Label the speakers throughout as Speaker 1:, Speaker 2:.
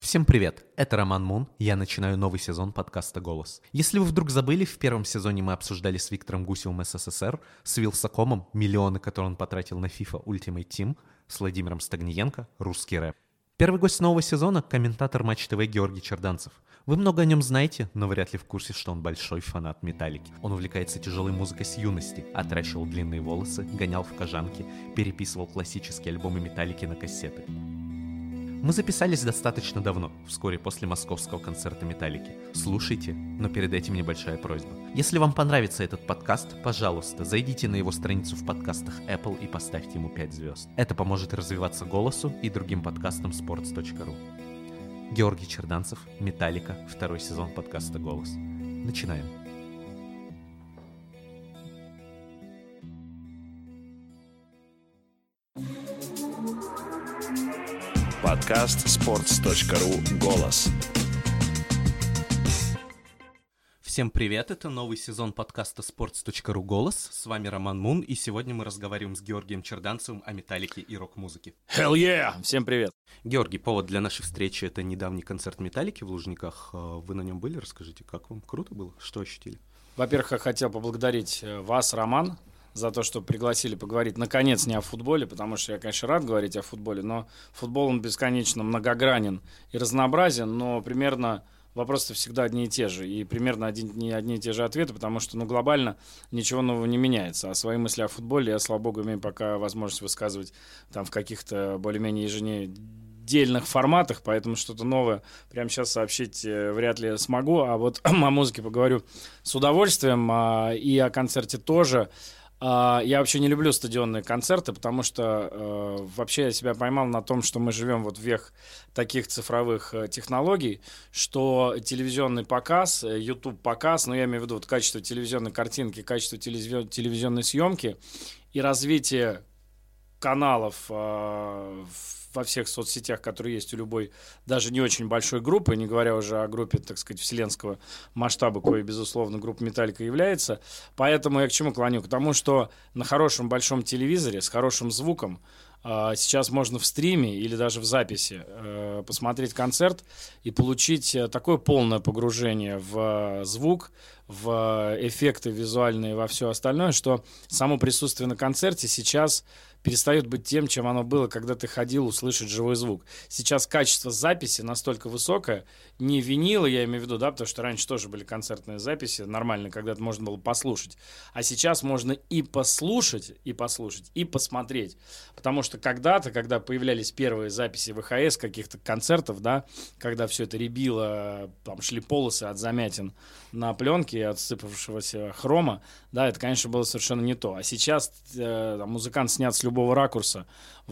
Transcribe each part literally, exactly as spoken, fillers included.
Speaker 1: Всем привет, это Роман Мун, я начинаю новый сезон подкаста «Голос». Если вы вдруг забыли, в первом сезоне мы обсуждали с Виктором Гусевым СССР, с Вилсакомом миллионы, которые он потратил на FIFA Ultimate Team, с Владимиром Стагниенко русский рэп. Первый гость нового сезона – комментатор Матч ТВ Георгий Черданцев. Вы много о нем знаете, но вряд ли в курсе, что он большой фанат Металлики. Он увлекается тяжелой музыкой с юности, отращивал длинные волосы, гонял в кожанке, переписывал классические альбомы Металлики на кассеты. Мы записались достаточно давно, вскоре после московского концерта Металлики. Слушайте, но перед этим небольшая просьба. Если вам понравится этот подкаст, пожалуйста, зайдите на его страницу в подкастах Apple и поставьте ему пять звезд. Это поможет развиваться «Голосу» и другим подкастам sports точка ру. Георгий Черданцев, Металлика, второй сезон подкаста «Голос». Начинаем.
Speaker 2: Подкаст sports точка ру «Голос».
Speaker 1: Всем привет, это новый сезон подкаста sports точка ру «Голос». С вами Роман Мун, и сегодня мы разговариваем с Георгием Черданцевым о металлике и рок-музыке.
Speaker 3: Hell yeah! Всем привет!
Speaker 1: Георгий, повод для нашей встречи — это недавний концерт Металлики в Лужниках. Вы на нем были? Расскажите, как вам? Круто было? Что ощутили?
Speaker 3: Во-первых, я хотел поблагодарить вас, Роман, за то, что пригласили поговорить, наконец, не о футболе, потому что я, конечно, рад говорить о футболе, но футбол, он бесконечно многогранен и разнообразен, но примерно вопросы всегда одни и те же, и примерно один, не одни и те же ответы, потому что, ну, глобально ничего нового не меняется, а свои мысли о футболе я, слава богу, имею пока возможность высказывать там в каких-то более-менее еженедельных форматах, поэтому что-то новое прямо сейчас сообщить вряд ли смогу, а вот о музыке поговорю с удовольствием, и о концерте тоже. Я вообще не люблю стадионные концерты, потому что э, вообще я себя поймал на том, что мы живем вот в век таких цифровых э, технологий, что телевизионный показ, YouTube-показ, ну я имею в виду вот качество телевизионной картинки, качество телевизион- телевизионной съемки и развитие каналов э, во всех соцсетях, которые есть у любой, даже не очень большой группы, не говоря уже о группе, так сказать, вселенского масштаба, коей, безусловно, группа Металлика является. Поэтому я к чему клоню? К тому, что на хорошем большом телевизоре с хорошим звуком э, сейчас можно в стриме или даже в записи э, посмотреть концерт и получить такое полное погружение в звук, в эффекты визуальные, во все остальное, что само присутствие на концерте сейчас перестает быть тем, чем оно было, когда ты ходил услышать живой звук. Сейчас качество записи настолько высокое, не винила, я имею в виду, да, потому что раньше тоже были концертные записи, нормально, когда-то можно было послушать. А сейчас можно и послушать, и послушать, и посмотреть. Потому что когда-то, когда появлялись первые записи вэ ха эс каких-то концертов, да, когда все это рябило, там шли полосы от замятин на пленке, от сыпавшегося хрома, да, это, конечно, было совершенно не то. А сейчас э, там, музыкант снят с любого ракурса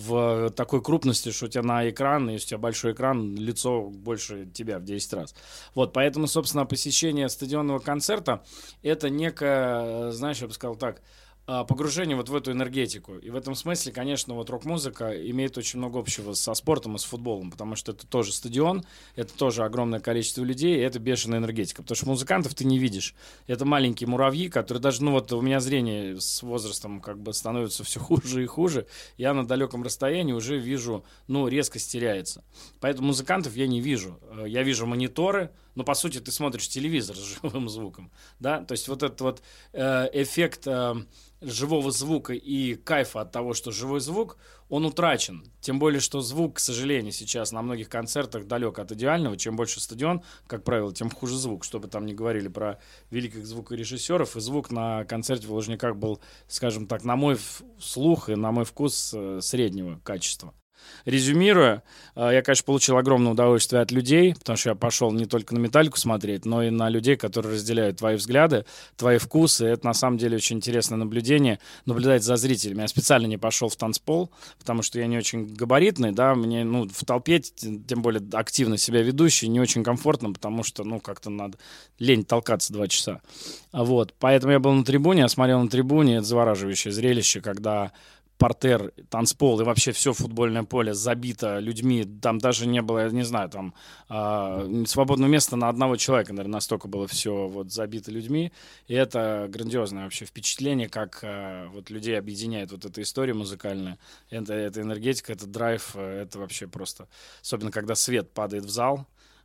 Speaker 3: в такой крупности, что у тебя на экран, если у тебя большой экран, лицо больше тебя в десять раз. Вот, поэтому, собственно, посещение стадионного концерта — это некое, знаешь, я бы сказал так, погружение вот в эту энергетику. И в этом смысле, конечно, вот рок-музыка имеет очень много общего со спортом и с футболом, потому что это тоже стадион, это тоже огромное количество людей, и это бешеная энергетика. Потому что музыкантов ты не видишь. Это маленькие муравьи, которые даже, ну вот у меня зрение с возрастом как бы становится все хуже и хуже. Я на далеком расстоянии уже вижу, ну, резкость теряется. Поэтому музыкантов я не вижу. Я вижу мониторы, но по сути ты смотришь телевизор с живым звуком, да, то есть вот этот вот э, эффект э, живого звука и кайфа от того, что живой звук, он утрачен. Тем более, что звук, к сожалению, сейчас на многих концертах далек от идеального. Чем больше стадион, как правило, тем хуже звук. Что бы там ни говорили про великих звукорежиссеров, и звук на концерте в Лужниках был, скажем так, на мой слух и на мой вкус э, среднего качества. Резюмируя, я, конечно, получил огромное удовольствие от людей, потому что я пошел не только на Металлику смотреть, но и на людей, которые разделяют твои взгляды, твои вкусы. Это, на самом деле, очень интересное наблюдение, наблюдать за зрителями. Я специально не пошел в танцпол, потому что я не очень габаритный, да, мне, ну, в толпе, тем более активно себя ведущий, не очень комфортно, потому что, ну, как-то надо лень толкаться два часа. Вот, поэтому я был на трибуне, я смотрел на трибуне, это завораживающее зрелище, когда портер, танцпол и вообще все футбольное поле забито людьми. Там даже не было, я не знаю, там э, свободного места на одного человека, наверное, настолько было все вот забито людьми. И это грандиозное вообще впечатление, как э, вот людей объединяет вот эта история музыкальная. Это, это энергетика, это драйв, это вообще просто... Особенно, когда свет падает в зал.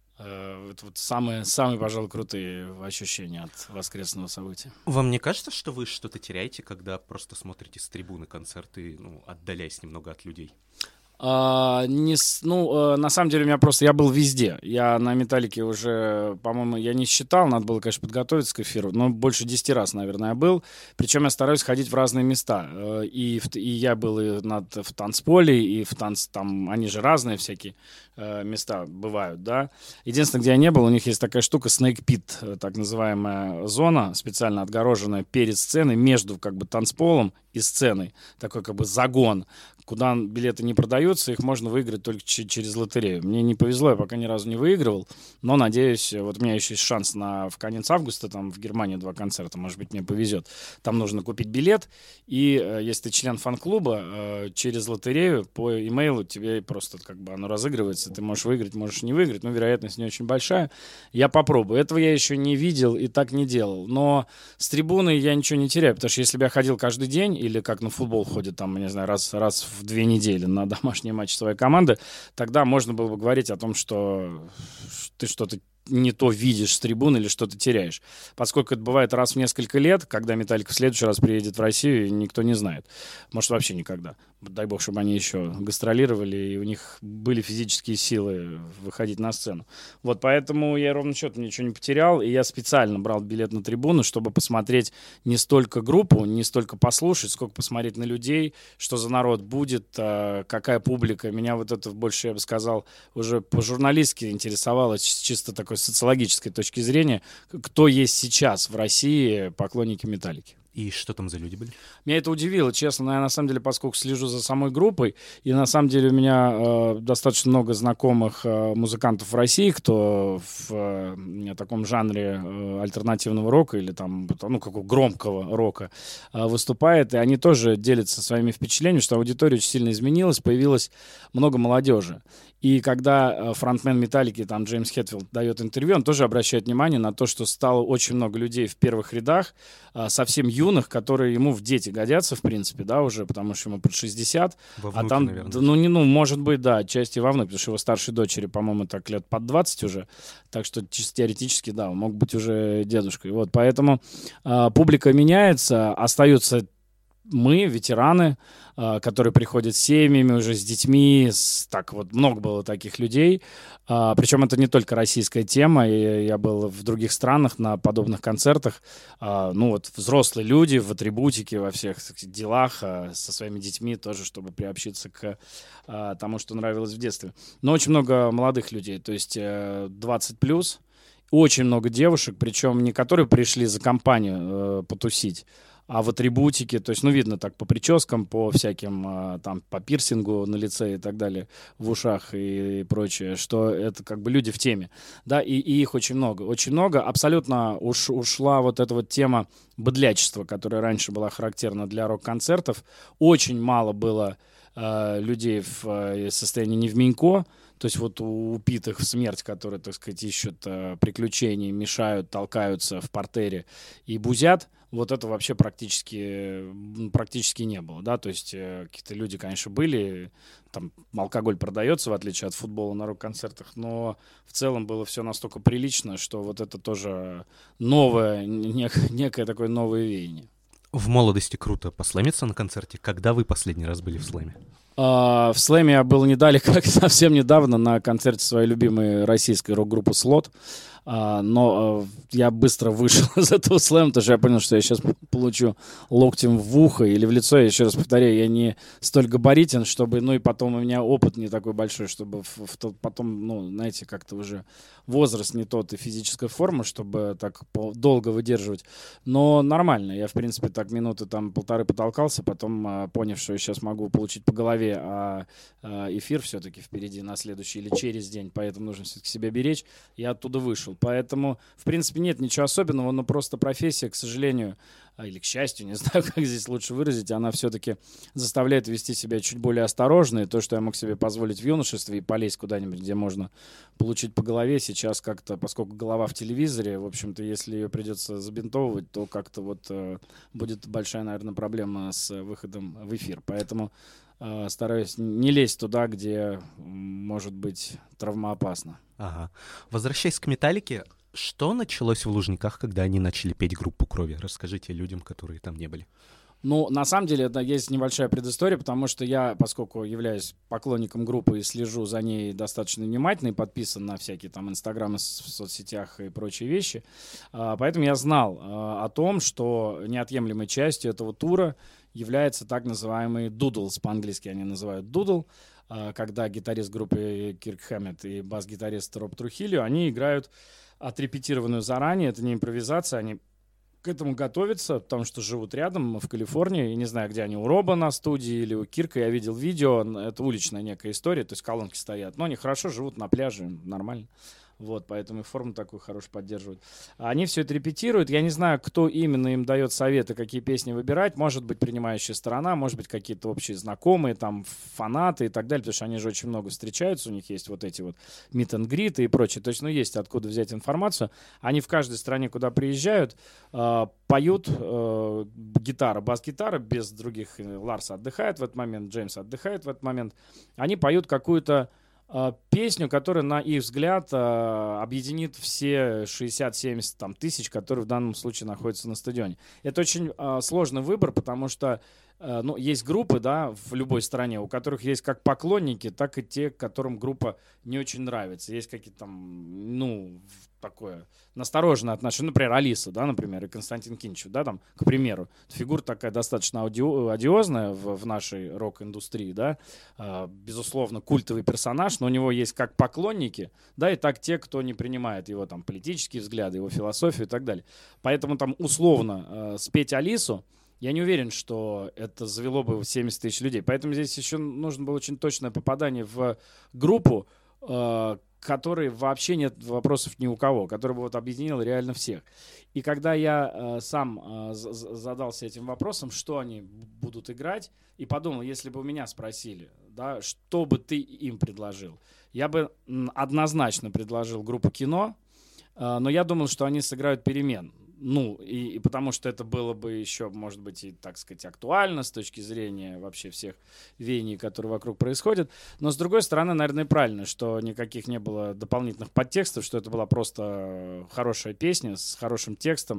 Speaker 3: Это вот самые, самые, пожалуй, крутые ощущения от воскресного события.
Speaker 1: Вам не кажется, что вы что-то теряете, когда просто смотрите с трибуны концерты, ну, отдаляясь немного от людей?
Speaker 3: А, не, ну, на самом деле у меня просто, я был везде. Я на «Металлике» уже, по-моему, я не считал, надо было, конечно, подготовиться к эфиру, но больше десяти раз, наверное, я был. Причем я стараюсь ходить в разные места. И, и я был и над, в танцполе, и в танц, там, они же разные всякие места бывают, да. Единственное, где я не был, у них есть такая штука Snake Pit, так называемая зона, специально отгороженная перед сценой, между как бы танцполом и сценой. Такой как бы загон, куда билеты не продаются, их можно выиграть только ч- через лотерею. Мне не повезло, я пока ни разу не выигрывал, но надеюсь, вот у меня еще есть шанс на в конец августа, там в Германии два концерта, может быть, мне повезет. Там нужно купить билет, и э, если ты член фан-клуба, э, через лотерею по имейлу тебе просто как бы оно разыгрывается, ты можешь выиграть, можешь не выиграть, но вероятность не очень большая. Я попробую. Этого я еще не видел и так не делал, но с трибуны я ничего не теряю, потому что если бы я ходил каждый день, или как на футбол ходит, там, не знаю, раз, раз в в две недели на домашний матч своей команды, тогда можно было бы говорить о том, что ты что-то не то видишь с трибуны или что-то теряешь. Поскольку это бывает раз в несколько лет, когда «Металлика» в следующий раз приедет в Россию, никто не знает. Может, вообще никогда. Дай бог, чтобы они еще гастролировали, и у них были физические силы выходить на сцену. Вот поэтому я ровно счетом ничего не потерял, и я специально брал билет на трибуну, чтобы посмотреть не столько группу, не столько послушать, сколько посмотреть на людей, что за народ будет, какая публика. Меня вот это больше, я бы сказал, уже по-журналистски интересовало, чисто такой с социологической точки зрения, кто есть сейчас в России поклонники «Металлики».
Speaker 1: И что там за люди были?
Speaker 3: Меня это удивило, честно. Но я, на самом деле, поскольку слежу за самой группой, и на самом деле у меня э, достаточно много знакомых э, музыкантов в России, кто в э, таком жанре э, альтернативного рока или там, ну, какого громкого рока э, выступает, и они тоже делятся своими впечатлениями, что аудитория очень сильно изменилась, появилось много молодежи. И когда фронтмен «Металлики», там, Джеймс Хэтфилд, дает интервью, он тоже обращает внимание на то, что стало очень много людей в первых рядах, совсем юных, которые ему в дети годятся, в принципе, да, уже, потому что ему под шестьдесят.
Speaker 1: Во внуки,
Speaker 3: а там,
Speaker 1: наверное.
Speaker 3: ну, не, ну, может быть, да, отчасти во внуки, потому что его старшей дочери, по-моему, так лет под двадцать уже, так что чисто теоретически, да, он мог быть уже дедушкой. Вот, поэтому э, публика меняется, остаются мы, ветераны, которые приходят с семьями, уже с детьми, с, так вот, много было таких людей. Причем это не только российская тема, и я был в других странах на подобных концертах. Ну вот взрослые люди в атрибутике, во всех делах, со своими детьми тоже, чтобы приобщиться к тому, что нравилось в детстве. Но очень много молодых людей, то есть двадцать плюс, очень много девушек, причем не которые пришли за компанию потусить, а в атрибутике, то есть, ну, видно так по прическам, по всяким, там, по пирсингу на лице и так далее, в ушах и прочее, что это как бы люди в теме, да, и, и их очень много, очень много, абсолютно уш, ушла вот эта вот тема быдлячества, которая раньше была характерна для рок-концертов, очень мало было э, людей в э, состоянии невменько, то есть вот у упитых в смерть, которые, так сказать, ищут э, приключений, мешают, толкаются в партере и бузят, вот это вообще практически, практически не было, да, то есть э, какие-то люди, конечно, были, там алкоголь продается, в отличие от футбола на рок-концертах, но в целом было все настолько прилично, что вот это тоже новое, нек- некое такое новое веяние.
Speaker 1: В молодости круто послэмиться на концерте. Когда вы последний раз были в слэме?
Speaker 3: Uh, в слэме я был не далее, как совсем недавно, на концерте своей любимой российской рок-группы «Слот». Uh, но uh, я быстро вышел из этого слэма, потому что я понял, что я сейчас получу локтем в ухо или в лицо. Я еще раз повторяю, я не столь габаритен, чтобы, ну и потом у меня опыт не такой большой, чтобы в, в тот, потом, ну, знаете, как-то уже возраст не тот и физическая форма, чтобы так долго выдерживать. Но нормально. Я, в принципе, так минуты там полторы потолкался, потом, uh, поняв, что я сейчас могу получить по голове, а uh, эфир все-таки впереди на следующий или через день, поэтому нужно все-таки себя беречь, я оттуда вышел. Поэтому, в принципе, нет ничего особенного, но просто профессия, к сожалению, или к счастью, не знаю, как здесь лучше выразить, она все-таки заставляет вести себя чуть более осторожно. И то, что я мог себе позволить в юношестве и полезть куда-нибудь, где можно получить по голове, сейчас как-то, поскольку голова в телевизоре, в общем-то, если ее придется забинтовывать, то как-то вот э, будет большая, наверное, проблема с выходом в эфир. Поэтому э, стараюсь не лезть туда, где может быть травмоопасно.
Speaker 1: Ага. Возвращаясь к «Металлике», что началось в Лужниках, когда они начали петь группу «Крови»? Расскажите людям, которые там не были.
Speaker 3: Ну, на самом деле, это есть небольшая предыстория, потому что я, поскольку являюсь поклонником группы и слежу за ней достаточно внимательно и подписан на всякие там инстаграмы в соцсетях и прочие вещи, поэтому я знал о том, что неотъемлемой частью этого тура является так называемый «дудлс», по-английски они называют «дудл», когда гитарист группы Кирк Хэммет и бас-гитарист Роб Трухильо, они играют отрепетированную заранее, это не импровизация, они к этому готовятся, потому что живут рядом в Калифорнии, и не знаю, где они, у Роба на студии или у Кирка, я видел видео, это уличная некая история, то есть колонки стоят, но они хорошо живут на пляже, нормально. Вот, поэтому и форму такую хорошую поддерживают. Они все это репетируют. Я не знаю, кто именно им дает советы, какие песни выбирать. Может быть, принимающая сторона, может быть, какие-то общие знакомые, там, фанаты и так далее, потому что они же очень много встречаются, у них есть вот эти вот meet and greet и прочее. То есть, ну, есть откуда взять информацию. Они в каждой стране, куда приезжают, э, поют э, гитара, бас-гитара, без других. Ларс отдыхает в этот момент, Джеймс отдыхает в этот момент. Они поют какую-то песню, которая, на их взгляд, объединит все шестьдесят-семьдесят там, тысяч, которые в данном случае находятся на стадионе. Это очень сложный выбор, потому что ну, есть группы, да, в любой стране, у которых есть как поклонники, так и те, которым группа не очень нравится. Есть какие-то там, ну, такое настороженное отношение. Например, Алиса, да, например, и Константин Кинчев, да, там, к примеру. Фигура такая достаточно аудио- одиозная в, в нашей рок-индустрии, да, э, безусловно, культовый персонаж, но у него есть как поклонники, да, и так те, кто не принимает его там политические взгляды, его философию и так далее. Поэтому там условно э, спеть Алису, я не уверен, что это завело бы семьдесят тысяч людей. Поэтому здесь еще нужно было очень точное попадание в группу, э, которой вообще нет вопросов ни у кого, которая бы вот объединила реально всех. И когда я э, сам э, задался этим вопросом, что они будут играть, и подумал, если бы у меня спросили, да, что бы ты им предложил, я бы однозначно предложил группу «Кино», э, но я думал, что они сыграют «Перемен». Ну, и, и потому что это было бы еще, может быть, и, так сказать, актуально с точки зрения вообще всех веяний, которые вокруг происходят. Но, с другой стороны, наверное, правильно, что никаких не было дополнительных подтекстов, что это была просто хорошая песня с хорошим текстом.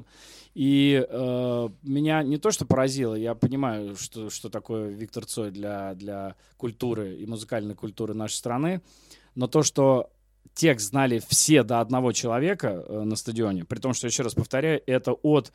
Speaker 3: И э, меня не то что поразило, я понимаю, что, что такое Виктор Цой для, для культуры и музыкальной культуры нашей страны, но то, что текст знали все до одного человека э, на стадионе, при том, что, еще раз повторяю, это от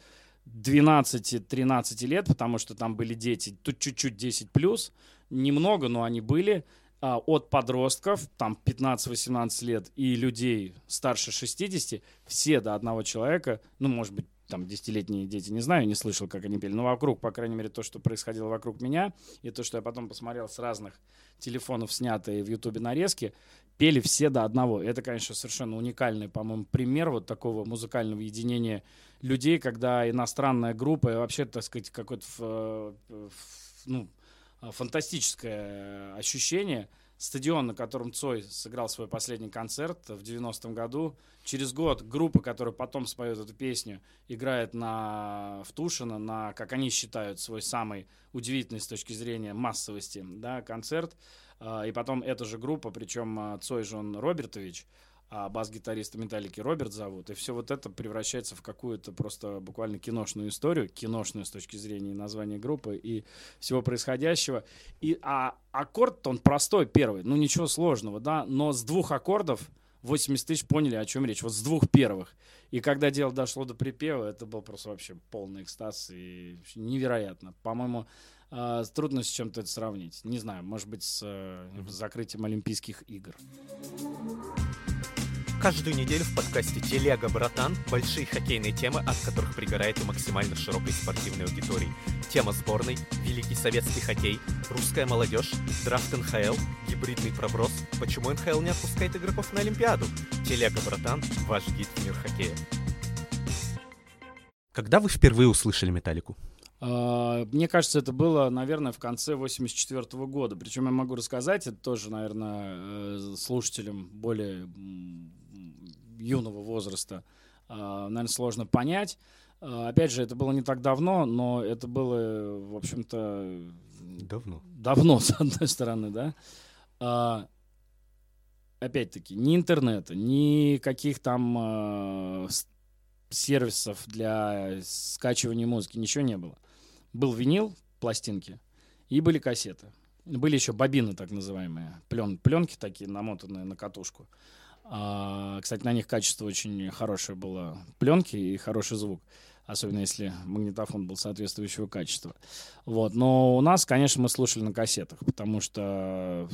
Speaker 3: двенадцати-тринадцати лет, потому что там были дети, тут чуть-чуть десять плюс, немного, но они были, э, от подростков, там пятнадцать-восемнадцать лет, и людей старше шестидесяти, все до одного человека, ну, может быть, там десятилетние дети, не знаю, не слышал, как они пели, но вокруг, по крайней мере, то, что происходило вокруг меня, и то, что я потом посмотрел с разных телефонов, снятые в Ютубе нарезки, пели все до одного. Это, конечно, совершенно уникальный, по-моему, пример вот такого музыкального единения людей, когда иностранная группа и вообще, так сказать, какое-то ну, фантастическое ощущение. Стадион, на котором Цой сыграл свой последний концерт в девяностом году. Через год группа, которая потом споет эту песню, играет на, в Тушино на, как они считают, свой самый удивительный с точки зрения массовости, да, концерт. И потом эта же группа, причем Цой же он Робертович, а бас-гитариста «Металлики» Роберт зовут. И все вот это превращается в какую-то просто буквально киношную историю, киношную с точки зрения названия группы и всего происходящего. И, а аккорд, он простой, первый, ну ничего сложного, да, но с двух аккордов восемьдесят тысяч поняли, о чем речь. Вот с двух первых. И когда дело дошло до припева, это был просто вообще полный экстаз и невероятно. По-моему, э, трудно с чем-то это сравнить. Не знаю, может быть, с э, закрытием Олимпийских игр.
Speaker 1: Каждую неделю в подкасте «Телега, братан» большие хоккейные темы, от которых пригорает у максимально широкой спортивной аудитории. Тема сборной, великий советский хоккей, русская молодежь, драфт эн ха эл, гибридный проброс, почему эн ха эл не отпускает игроков на Олимпиаду. «Телега, братан» — ваш гид в мир хоккея. Когда вы впервые услышали «Металлику»?
Speaker 3: Мне кажется, это было, наверное, в конце восемьдесят четвёртого года. Причем я могу рассказать, это тоже, наверное, слушателям более юного возраста, наверное, сложно понять. Опять же, это было не так давно, но это было, в общем-то...
Speaker 1: Давно.
Speaker 3: Давно, с одной стороны, да. Опять-таки, ни интернета, ни каких там сервисов для скачивания музыки, ничего не было. Был винил, пластинки, и были кассеты. Были еще бобины, так называемые, плен, пленки такие, намотанные на катушку. А, кстати, на них качество очень хорошее было, пленки и хороший звук, особенно если магнитофон был соответствующего качества. Вот. Но у нас, конечно, мы слушали на кассетах, потому что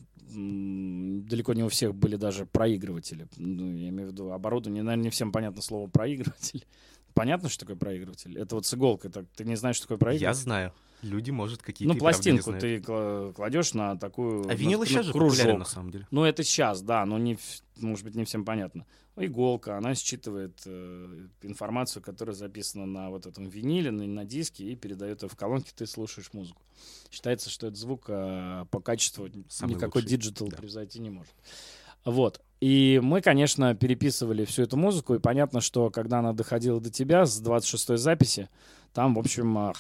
Speaker 3: м- далеко не у всех были даже проигрыватели. Ну, я имею в виду оборудование. Наверное, не всем понятно слово «проигрыватель». Понятно, что такое проигрыватель? Это вот с иголкой. Так, ты не знаешь, что такое проигрыватель?
Speaker 1: Я знаю. Люди, может, какие-то...
Speaker 3: Ну, пластинку ты кладешь на такую...
Speaker 1: А винил сейчас же популярен, на самом деле.
Speaker 3: Ну, это сейчас, да, но, не, может быть, не всем понятно. Иголка, она считывает э, информацию, которая записана на вот этом виниле, на, на диске, и передает ее в колонки, ты слушаешь музыку. Считается, что этот звук э, по качеству Самый никакой диджитал да. превзойти не может. Вот. И мы, конечно, переписывали всю эту музыку, и понятно, что когда она доходила до тебя с двадцать шестой записи, там, в общем,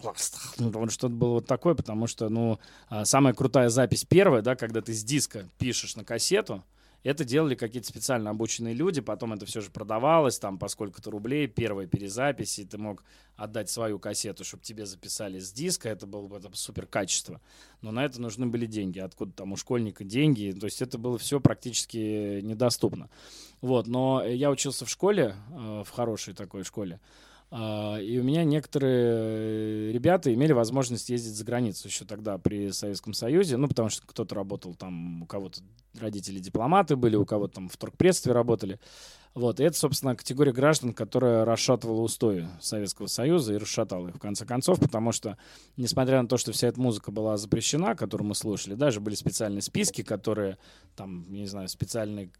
Speaker 3: что-то было вот такое, потому что, ну, самая крутая запись первая, да, когда ты с диска пишешь на кассету, это делали какие-то специально обученные люди, потом это все же продавалось, там, по сколько-то рублей, первая перезапись, и ты мог отдать свою кассету, чтобы тебе записали с диска, это было бы супер качество. Но на это нужны были деньги, откуда там у школьника деньги, то есть это было все практически недоступно. Вот, но я учился в школе, в хорошей такой школе, и у меня некоторые ребята имели возможность ездить за границу еще тогда при Советском Союзе, ну, потому что кто-то работал там, у кого-то родители дипломаты были, у кого-то там в торгпредстве работали. Вот, и это, собственно, категория граждан, которая расшатывала устои Советского Союза и расшатала их в конце концов, потому что, несмотря на то, что вся эта музыка была запрещена, которую мы слушали, даже были специальные списки, которые, там, я не знаю, специальный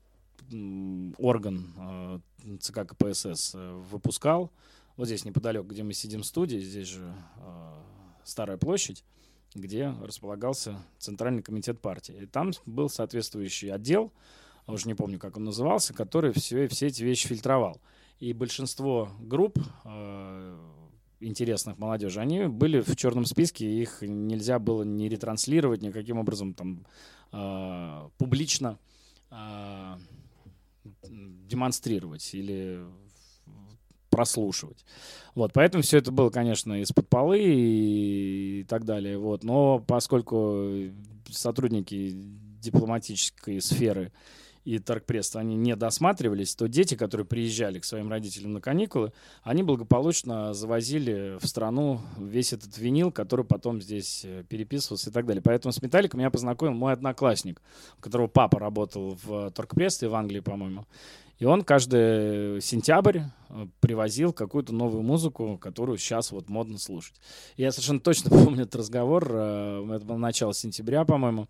Speaker 3: м, орган э, ЦК ка пэ эс эс э, выпускал. Вот здесь неподалеку, где мы сидим в студии, здесь же э, Старая площадь, где располагался Центральный комитет партии. И там был соответствующий отдел, уже не помню, как он назывался, который все, все эти вещи фильтровал. И большинство групп э, интересных молодежи, они были в черном списке, их нельзя было ни ретранслировать, никаким образом там э, публично э, демонстрировать или прослушивать. Вот, поэтому все это было, конечно, из-под полы и, и так далее. Вот. Но поскольку сотрудники дипломатической сферы и торгпредства, они не досматривались, то дети, которые приезжали к своим родителям на каникулы, они благополучно завозили в страну весь этот винил, который потом здесь переписывался и так далее. Поэтому с «Металликой» меня познакомил мой одноклассник, у которого папа работал в торгпредстве в Англии, по-моему. И он каждый сентябрь привозил какую-то новую музыку, которую сейчас вот модно слушать. И я совершенно точно помню этот разговор, это было начало сентября, по-моему.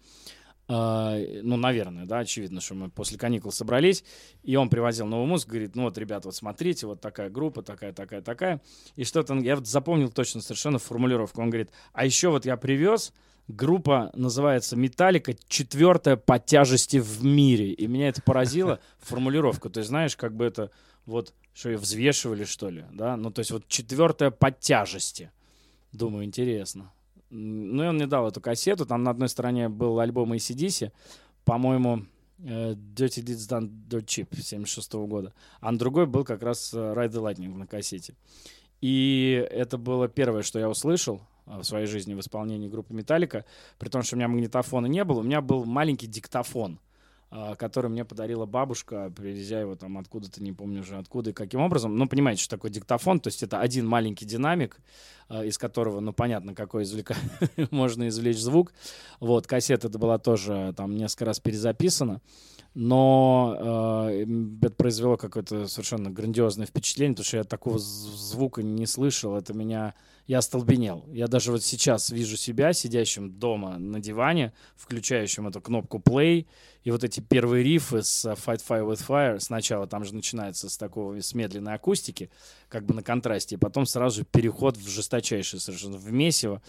Speaker 3: Ну, наверное, да, очевидно, что мы после каникул собрались, и он привозил новую музыку, говорит, ну вот, ребята, вот смотрите, вот такая группа, такая, такая, такая. И что-то, я вот запомнил точно совершенно формулировку. Он говорит, а еще вот я привез, группа называется «Металлика», четвертая по тяжести в мире. И меня это поразило, формулировка. То есть, знаешь, как бы это вот, что ее взвешивали, что ли, да? Ну, то есть вот четвертая по тяжести. Думаю, интересно. Ну, и он мне дал эту кассету. Там на одной стороне был альбом эй си ди си, по-моему, Dirty Deeds Done Dirt Cheap семьдесят шестого года. А на другой был как раз Ride the Lightning на кассете. И это было первое, что я услышал в своей жизни в исполнении группы «Металлика», при том, что у меня магнитофона не было, у меня был маленький диктофон, который мне подарила бабушка, привезя его там откуда-то, не помню уже откуда и каким образом. Ну, понимаете, что такое диктофон, то есть это один маленький динамик, из которого, ну, понятно, какой извлека... можно извлечь звук. Вот, кассета это была тоже там несколько раз перезаписана, но э, это произвело какое-то совершенно грандиозное впечатление, потому что я такого звука не слышал, это меня... Я остолбенел. Я даже вот сейчас вижу себя сидящим дома на диване, включающим эту кнопку play, и вот эти первые рифы с Fight Fire with Fire, сначала там же начинается с такого, с медленной акустики, как бы на контрасте, и потом сразу же переход в жесточайшее совершенно в месиво,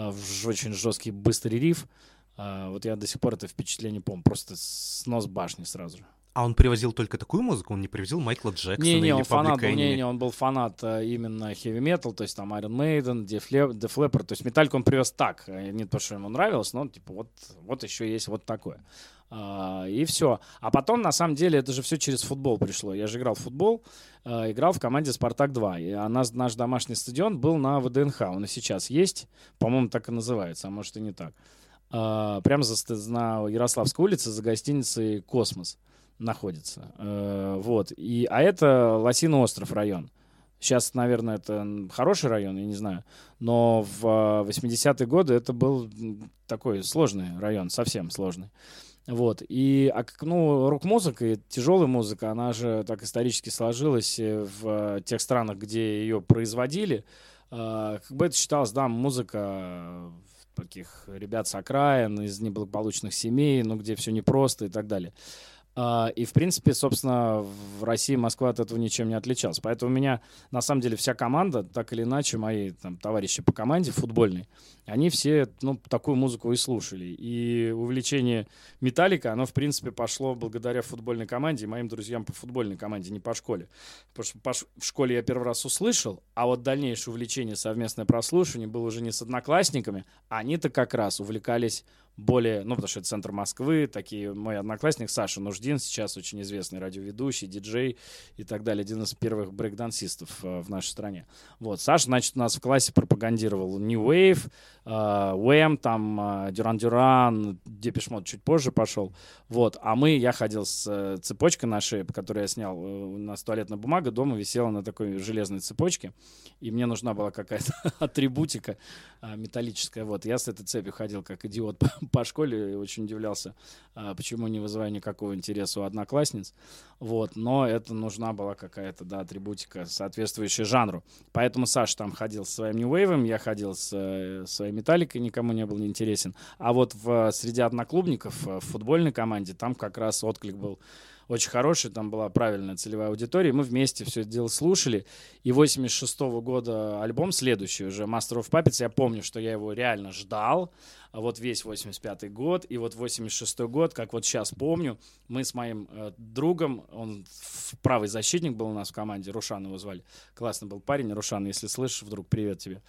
Speaker 3: в очень жесткий быстрый риф. Вот я до сих пор это впечатление помню, просто снос башни сразу же.
Speaker 1: А он привозил только такую музыку? Он не привозил Майкла Джексона
Speaker 3: не, не,
Speaker 1: или
Speaker 3: он фанат,
Speaker 1: Public Enemy?
Speaker 3: Не, не, он был фанат а, именно heavy metal, то есть там Iron Maiden, Def Leppard, то есть металлику он привез так, не то, что ему нравилось, но он типа вот, вот еще есть вот такое. А, и все. А потом, на самом деле, это же все через футбол пришло. Я же играл в футбол, а, играл в команде «Спартак два». И а наш, наш домашний стадион был на ВДНХ. Он и сейчас есть, по-моему, так и называется, а может и не так. А, прямо за, на Ярославской улице за гостиницей «Космос» находится. А, вот. И, а это Лосиный остров район. Сейчас, наверное, это хороший район, я не знаю. Но в восьмидесятые годы это был такой сложный район, совсем сложный. Вот. И, ну, рок-музыка и тяжелая музыка, она же так исторически сложилась в тех странах, где ее производили. Как бы это считалось, да, музыка таких ребят с окраин, из неблагополучных семей, ну, где все непросто и так далее. И, в принципе, собственно, в России Москва от этого ничем не отличалась. Поэтому у меня, на самом деле, вся команда, так или иначе, мои там, товарищи по команде футбольной, они все, ну, такую музыку и слушали. И увлечение Металлика, оно, в принципе, пошло благодаря футбольной команде и моим друзьям по футбольной команде, не по школе. Потому что в школе я первый раз услышал, а вот дальнейшее увлечение, совместное прослушивание было уже не с одноклассниками, а они-то как раз увлекались более, ну, потому что это центр Москвы, такие, мой одноклассник Саша Нуждин, сейчас очень известный радиоведущий, диджей и так далее, один из первых брейк-дансистов э, в нашей стране. Вот, Саша, значит, у нас в классе пропагандировал New Wave, э, Wham, там, э, Duran Duran, Depeche Mode чуть позже пошел, вот, а мы, я ходил с э, цепочкой на шее, которую я снял, э, у нас туалетная бумага дома висела на такой железной цепочке, и мне нужна была какая-то атрибутика э, металлическая, вот, я с этой цепью ходил как идиот по школе, и очень удивлялся, почему не вызываю никакого интереса у одноклассниц. Вот. Но это нужна была какая-то, да, атрибутика, соответствующая жанру. Поэтому Саша там ходил со своим New Wave, я ходил с э, своей Металликой, никому не был интересен. А вот в, среди одноклубников в футбольной команде там как раз отклик был очень хороший, там была правильная целевая аудитория, мы вместе все это дело слушали, и восемьдесят шестого года альбом следующий уже, Master of Puppets, я помню, что я его реально ждал, а вот весь восемьдесят пятый год, и вот восемьдесят шестой год, как вот сейчас помню, мы с моим э, другом, он правый защитник был у нас в команде, Рушан его звали, классный был парень, Рушан, если слышишь, вдруг привет тебе,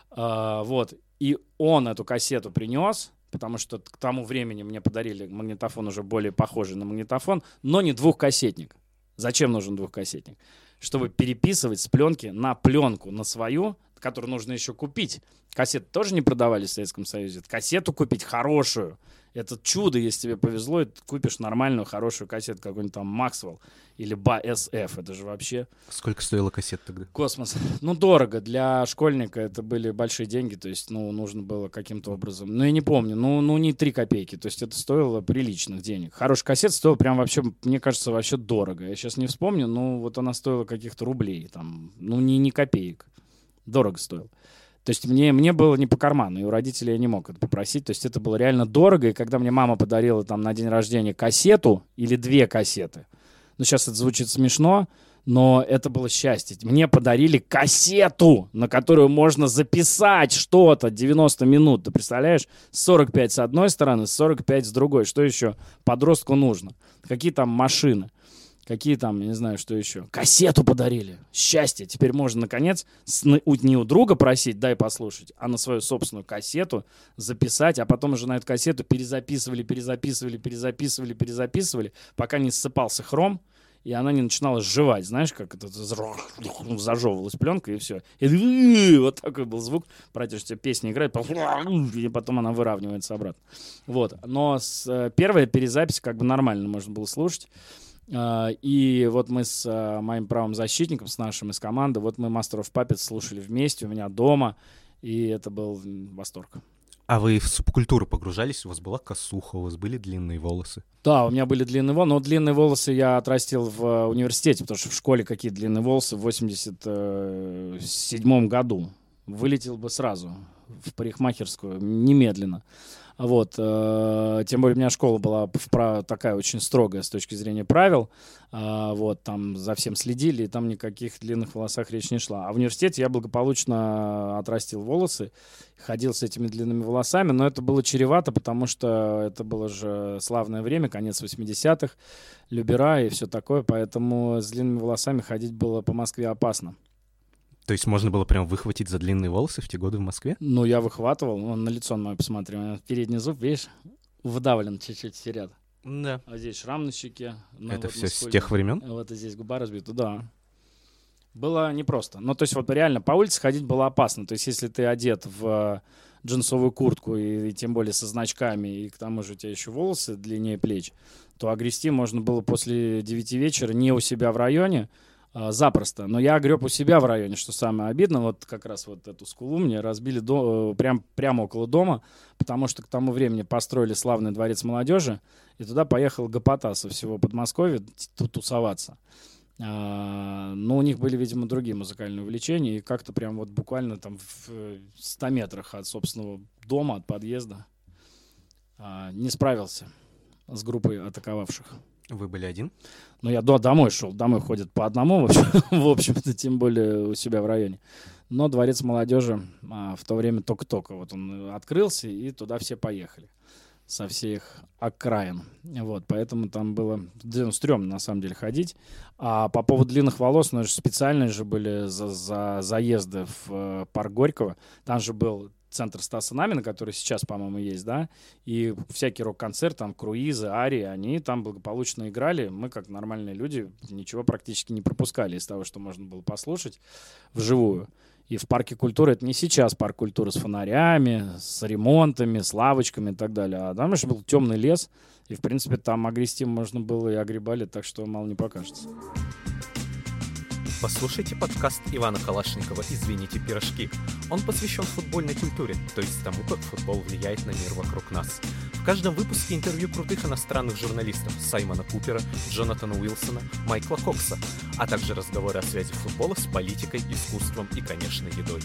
Speaker 3: а, вот, и он эту кассету принес, потому что к тому времени мне подарили магнитофон уже более похожий на магнитофон, но не двухкассетник. Зачем нужен двухкассетник? Чтобы переписывать с пленки на пленку, на свою, которую нужно еще купить. Кассеты тоже не продавались в Советском Союзе. Кассету купить хорошую. Это чудо, если тебе повезло, и ты купишь нормальную, хорошую кассету, какой-нибудь там Максвелл или Ба эс эф. Это же вообще...
Speaker 1: Сколько стоила кассета тогда?
Speaker 3: Космос. Ну, дорого. Для школьника это были большие деньги, то есть, ну, нужно было каким-то образом... Ну, я не помню, ну, ну не три копейки, то есть это стоило приличных денег. Хорошая кассета стоила прям вообще, мне кажется, вообще дорого. Я сейчас не вспомню, но вот она стоила каких-то рублей, там, ну, не, не копеек. Дорого стоила. То есть мне, мне было не по карману, и у родителей я не мог это попросить. То есть это было реально дорого. И когда мне мама подарила там на день рождения кассету или две кассеты, ну сейчас это звучит смешно, но это было счастье. Мне подарили кассету, на которую можно записать что-то девяносто минут. Ты представляешь? сорок пять с одной стороны, сорок пять с другой. Что еще подростку нужно? Какие там машины? Какие там, я не знаю, что еще. Кассету подарили. Счастье. Теперь можно, наконец, с, не у друга просить, дай послушать, а на свою собственную кассету записать, а потом уже на эту кассету перезаписывали, перезаписывали, перезаписывали, перезаписывали, пока не ссыпался хром, и она не начинала сживать. Знаешь, как это зажевывалась пленка, и все. И вот такой был звук. Против тебя песня играет, и потом она выравнивается обратно. Вот. Но с, первая перезапись как бы нормально можно было слушать. Uh, и вот мы с uh, моим правым защитником, с нашим из команды, вот мы Master of Puppets слушали вместе у меня дома, и это был восторг.
Speaker 1: А вы в субкультуру погружались? У вас была косуха, у вас были длинные волосы?
Speaker 3: Да, у меня были длинные волосы, но длинные волосы я отрастил в университете, потому что в школе какие длинные волосы в восемьдесят седьмом году. Вылетел бы сразу в парикмахерскую, немедленно. Вот, э, тем более у меня школа была впра- такая очень строгая с точки зрения правил, э, вот, там за всем следили, и там никаких длинных волосах речь не шла. А в университете я благополучно отрастил волосы, ходил с этими длинными волосами, но это было чревато, потому что это было же славное время, конец восьмидесятых, Любера и все такое, поэтому с длинными волосами ходить было по Москве опасно.
Speaker 1: То есть можно было прям выхватить за длинные волосы в те годы в Москве?
Speaker 3: Ну, я выхватывал, вон на лицо мое посмотри, у меня передний зуб, видишь, выдавлен чуть-чуть все ряд.
Speaker 1: Да.
Speaker 3: А здесь шрам на щеке. Ну,
Speaker 1: Это
Speaker 3: вот
Speaker 1: все с
Speaker 3: сколько...
Speaker 1: тех времен?
Speaker 3: Вот и здесь губа разбита, да. Было непросто. Ну, то есть вот реально по улице ходить было опасно. То есть если ты одет в джинсовую куртку и, и тем более со значками, и к тому же у тебя еще волосы длиннее плеч, то огрести можно было после девяти вечера не у себя в районе, запросто. Но я огреб у себя в районе, что самое обидно. Вот как раз вот эту скулу мне разбили до, прям, прямо около дома, потому что к тому времени построили славный дворец молодежи, и туда поехал гопота со всего Подмосковья тут тусоваться. А, но у них были, видимо, другие музыкальные увлечения, и как-то прям вот буквально там в ста метрах от собственного дома, от подъезда а, не справился с группой атаковавших.
Speaker 1: Вы были один?
Speaker 3: Ну, я до, домой шел. Домой ходят по одному, в, общем, в общем-то, тем более у себя в районе. Но дворец молодежи а, в то время только-только вот он открылся, и туда все поехали со всех окраин. Вот, поэтому там было ну, стрёмно, на самом деле, ходить. А по поводу длинных волос, ну, специальные же были за, за заезды в э, парк Горького. Там же был центр Стаса Намина, который сейчас, по-моему, есть, да, и всякий рок-концерт, там, круизы, арии, они там благополучно играли. Мы, как нормальные люди, ничего практически не пропускали из того, что можно было послушать вживую. И в парке культуры, это не сейчас парк культуры с фонарями, с ремонтами, с лавочками и так далее, а там еще был темный лес, и, в принципе, там огрести можно было и огребали, так что мало не покажется.
Speaker 1: Послушайте подкаст Ивана Калашникова «Извините, пирожки». Он посвящен футбольной культуре, то есть тому, как футбол влияет на мир вокруг нас. В каждом выпуске интервью крутых иностранных журналистов Саймона Купера, Джонатана Уилсона, Майкла Кокса, а также разговоры о связи футбола с политикой, искусством и, конечно, едой.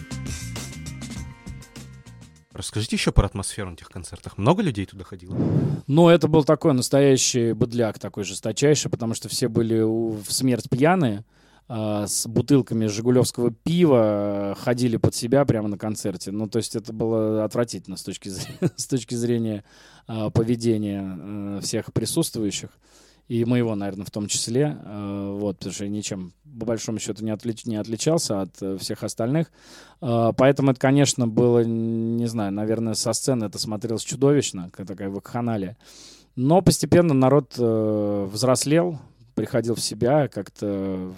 Speaker 1: Расскажите еще про атмосферу на тех концертах. Много людей туда ходило?
Speaker 3: Ну, это был такой настоящий быдляк, такой жесточайший, потому что все были в смерть пьяные, с бутылками жигулевского пива, ходили под себя прямо на концерте. Ну, то есть это было отвратительно с точки зрения, с точки зрения а, поведения а, всех присутствующих. И моего, наверное, в том числе. А, вот, потому что я ничем, по большому счету, не, отлич, не отличался от а, всех остальных. А, поэтому это, конечно, было, не знаю, наверное, со сцены это смотрелось чудовищно, как такая вакханалия. Но постепенно народ а, взрослел, приходил в себя, как-то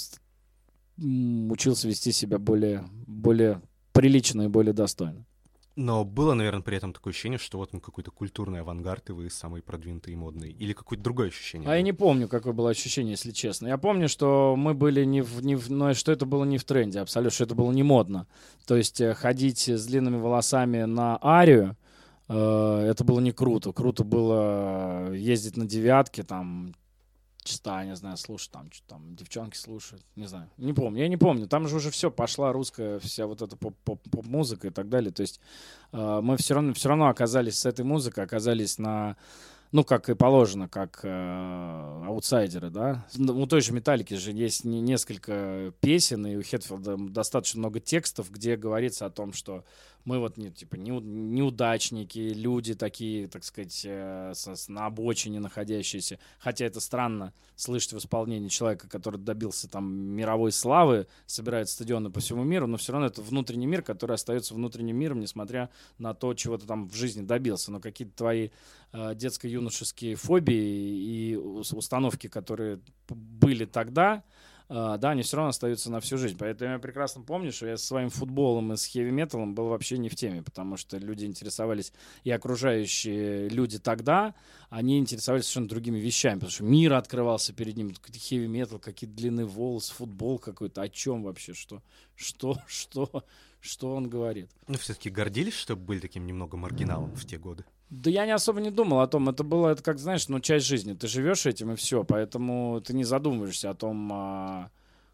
Speaker 3: учился вести себя более, более прилично и более достойно.
Speaker 1: Но было, наверное, при этом такое ощущение, что вот он какой-то культурный авангард, и вы самый продвинутый и модный. Или какое-то другое ощущение?
Speaker 3: А
Speaker 1: было?
Speaker 3: я не помню, какое было ощущение, если честно. Я помню, что мы были не в... Не в но что это было не в тренде, абсолютно, что это было не модно. То есть ходить с длинными волосами на арию, э, это было не круто. Круто было ездить на девятке, там, чисто, не знаю, слушать, там, что там, девчонки слушают, не знаю, не помню, я не помню, там же уже все, пошла русская вся вот эта поп-музыка и так далее, то есть э, мы все равно, все равно оказались с этой музыкой, оказались на, ну, как и положено, как э, аутсайдеры, да, у той же Металлики же есть не, несколько песен, и у Хэтфилда достаточно много текстов, где говорится о том, что мы вот не, типа, не, неудачники, люди такие, так сказать, э, с, на обочине находящиеся. Хотя это странно слышать в исполнении человека, который добился там мировой славы, собирает стадионы по всему миру, но все равно это внутренний мир, который остается внутренним миром, несмотря на то, чего ты там в жизни добился. Но какие-то твои э, детско-юношеские фобии и установки, которые были тогда, Uh, да, они все равно остаются на всю жизнь. Поэтому я прекрасно помню, что я со своим футболом и с хэви-металом был вообще не в теме, потому что люди интересовались, и окружающие люди тогда, они интересовались совершенно другими вещами, потому что мир открывался перед ними, какой-то хэви-метал, какие-то длинные волосы, футбол какой-то, о чем вообще, что, что, что, что он говорит.
Speaker 1: Ну, все-таки гордились, что были таким немного маргиналом в те годы?
Speaker 3: Да я не особо не думал о том. Это было, это как, знаешь, ну, часть жизни. Ты живешь этим, и все. Поэтому ты не задумываешься о том, а,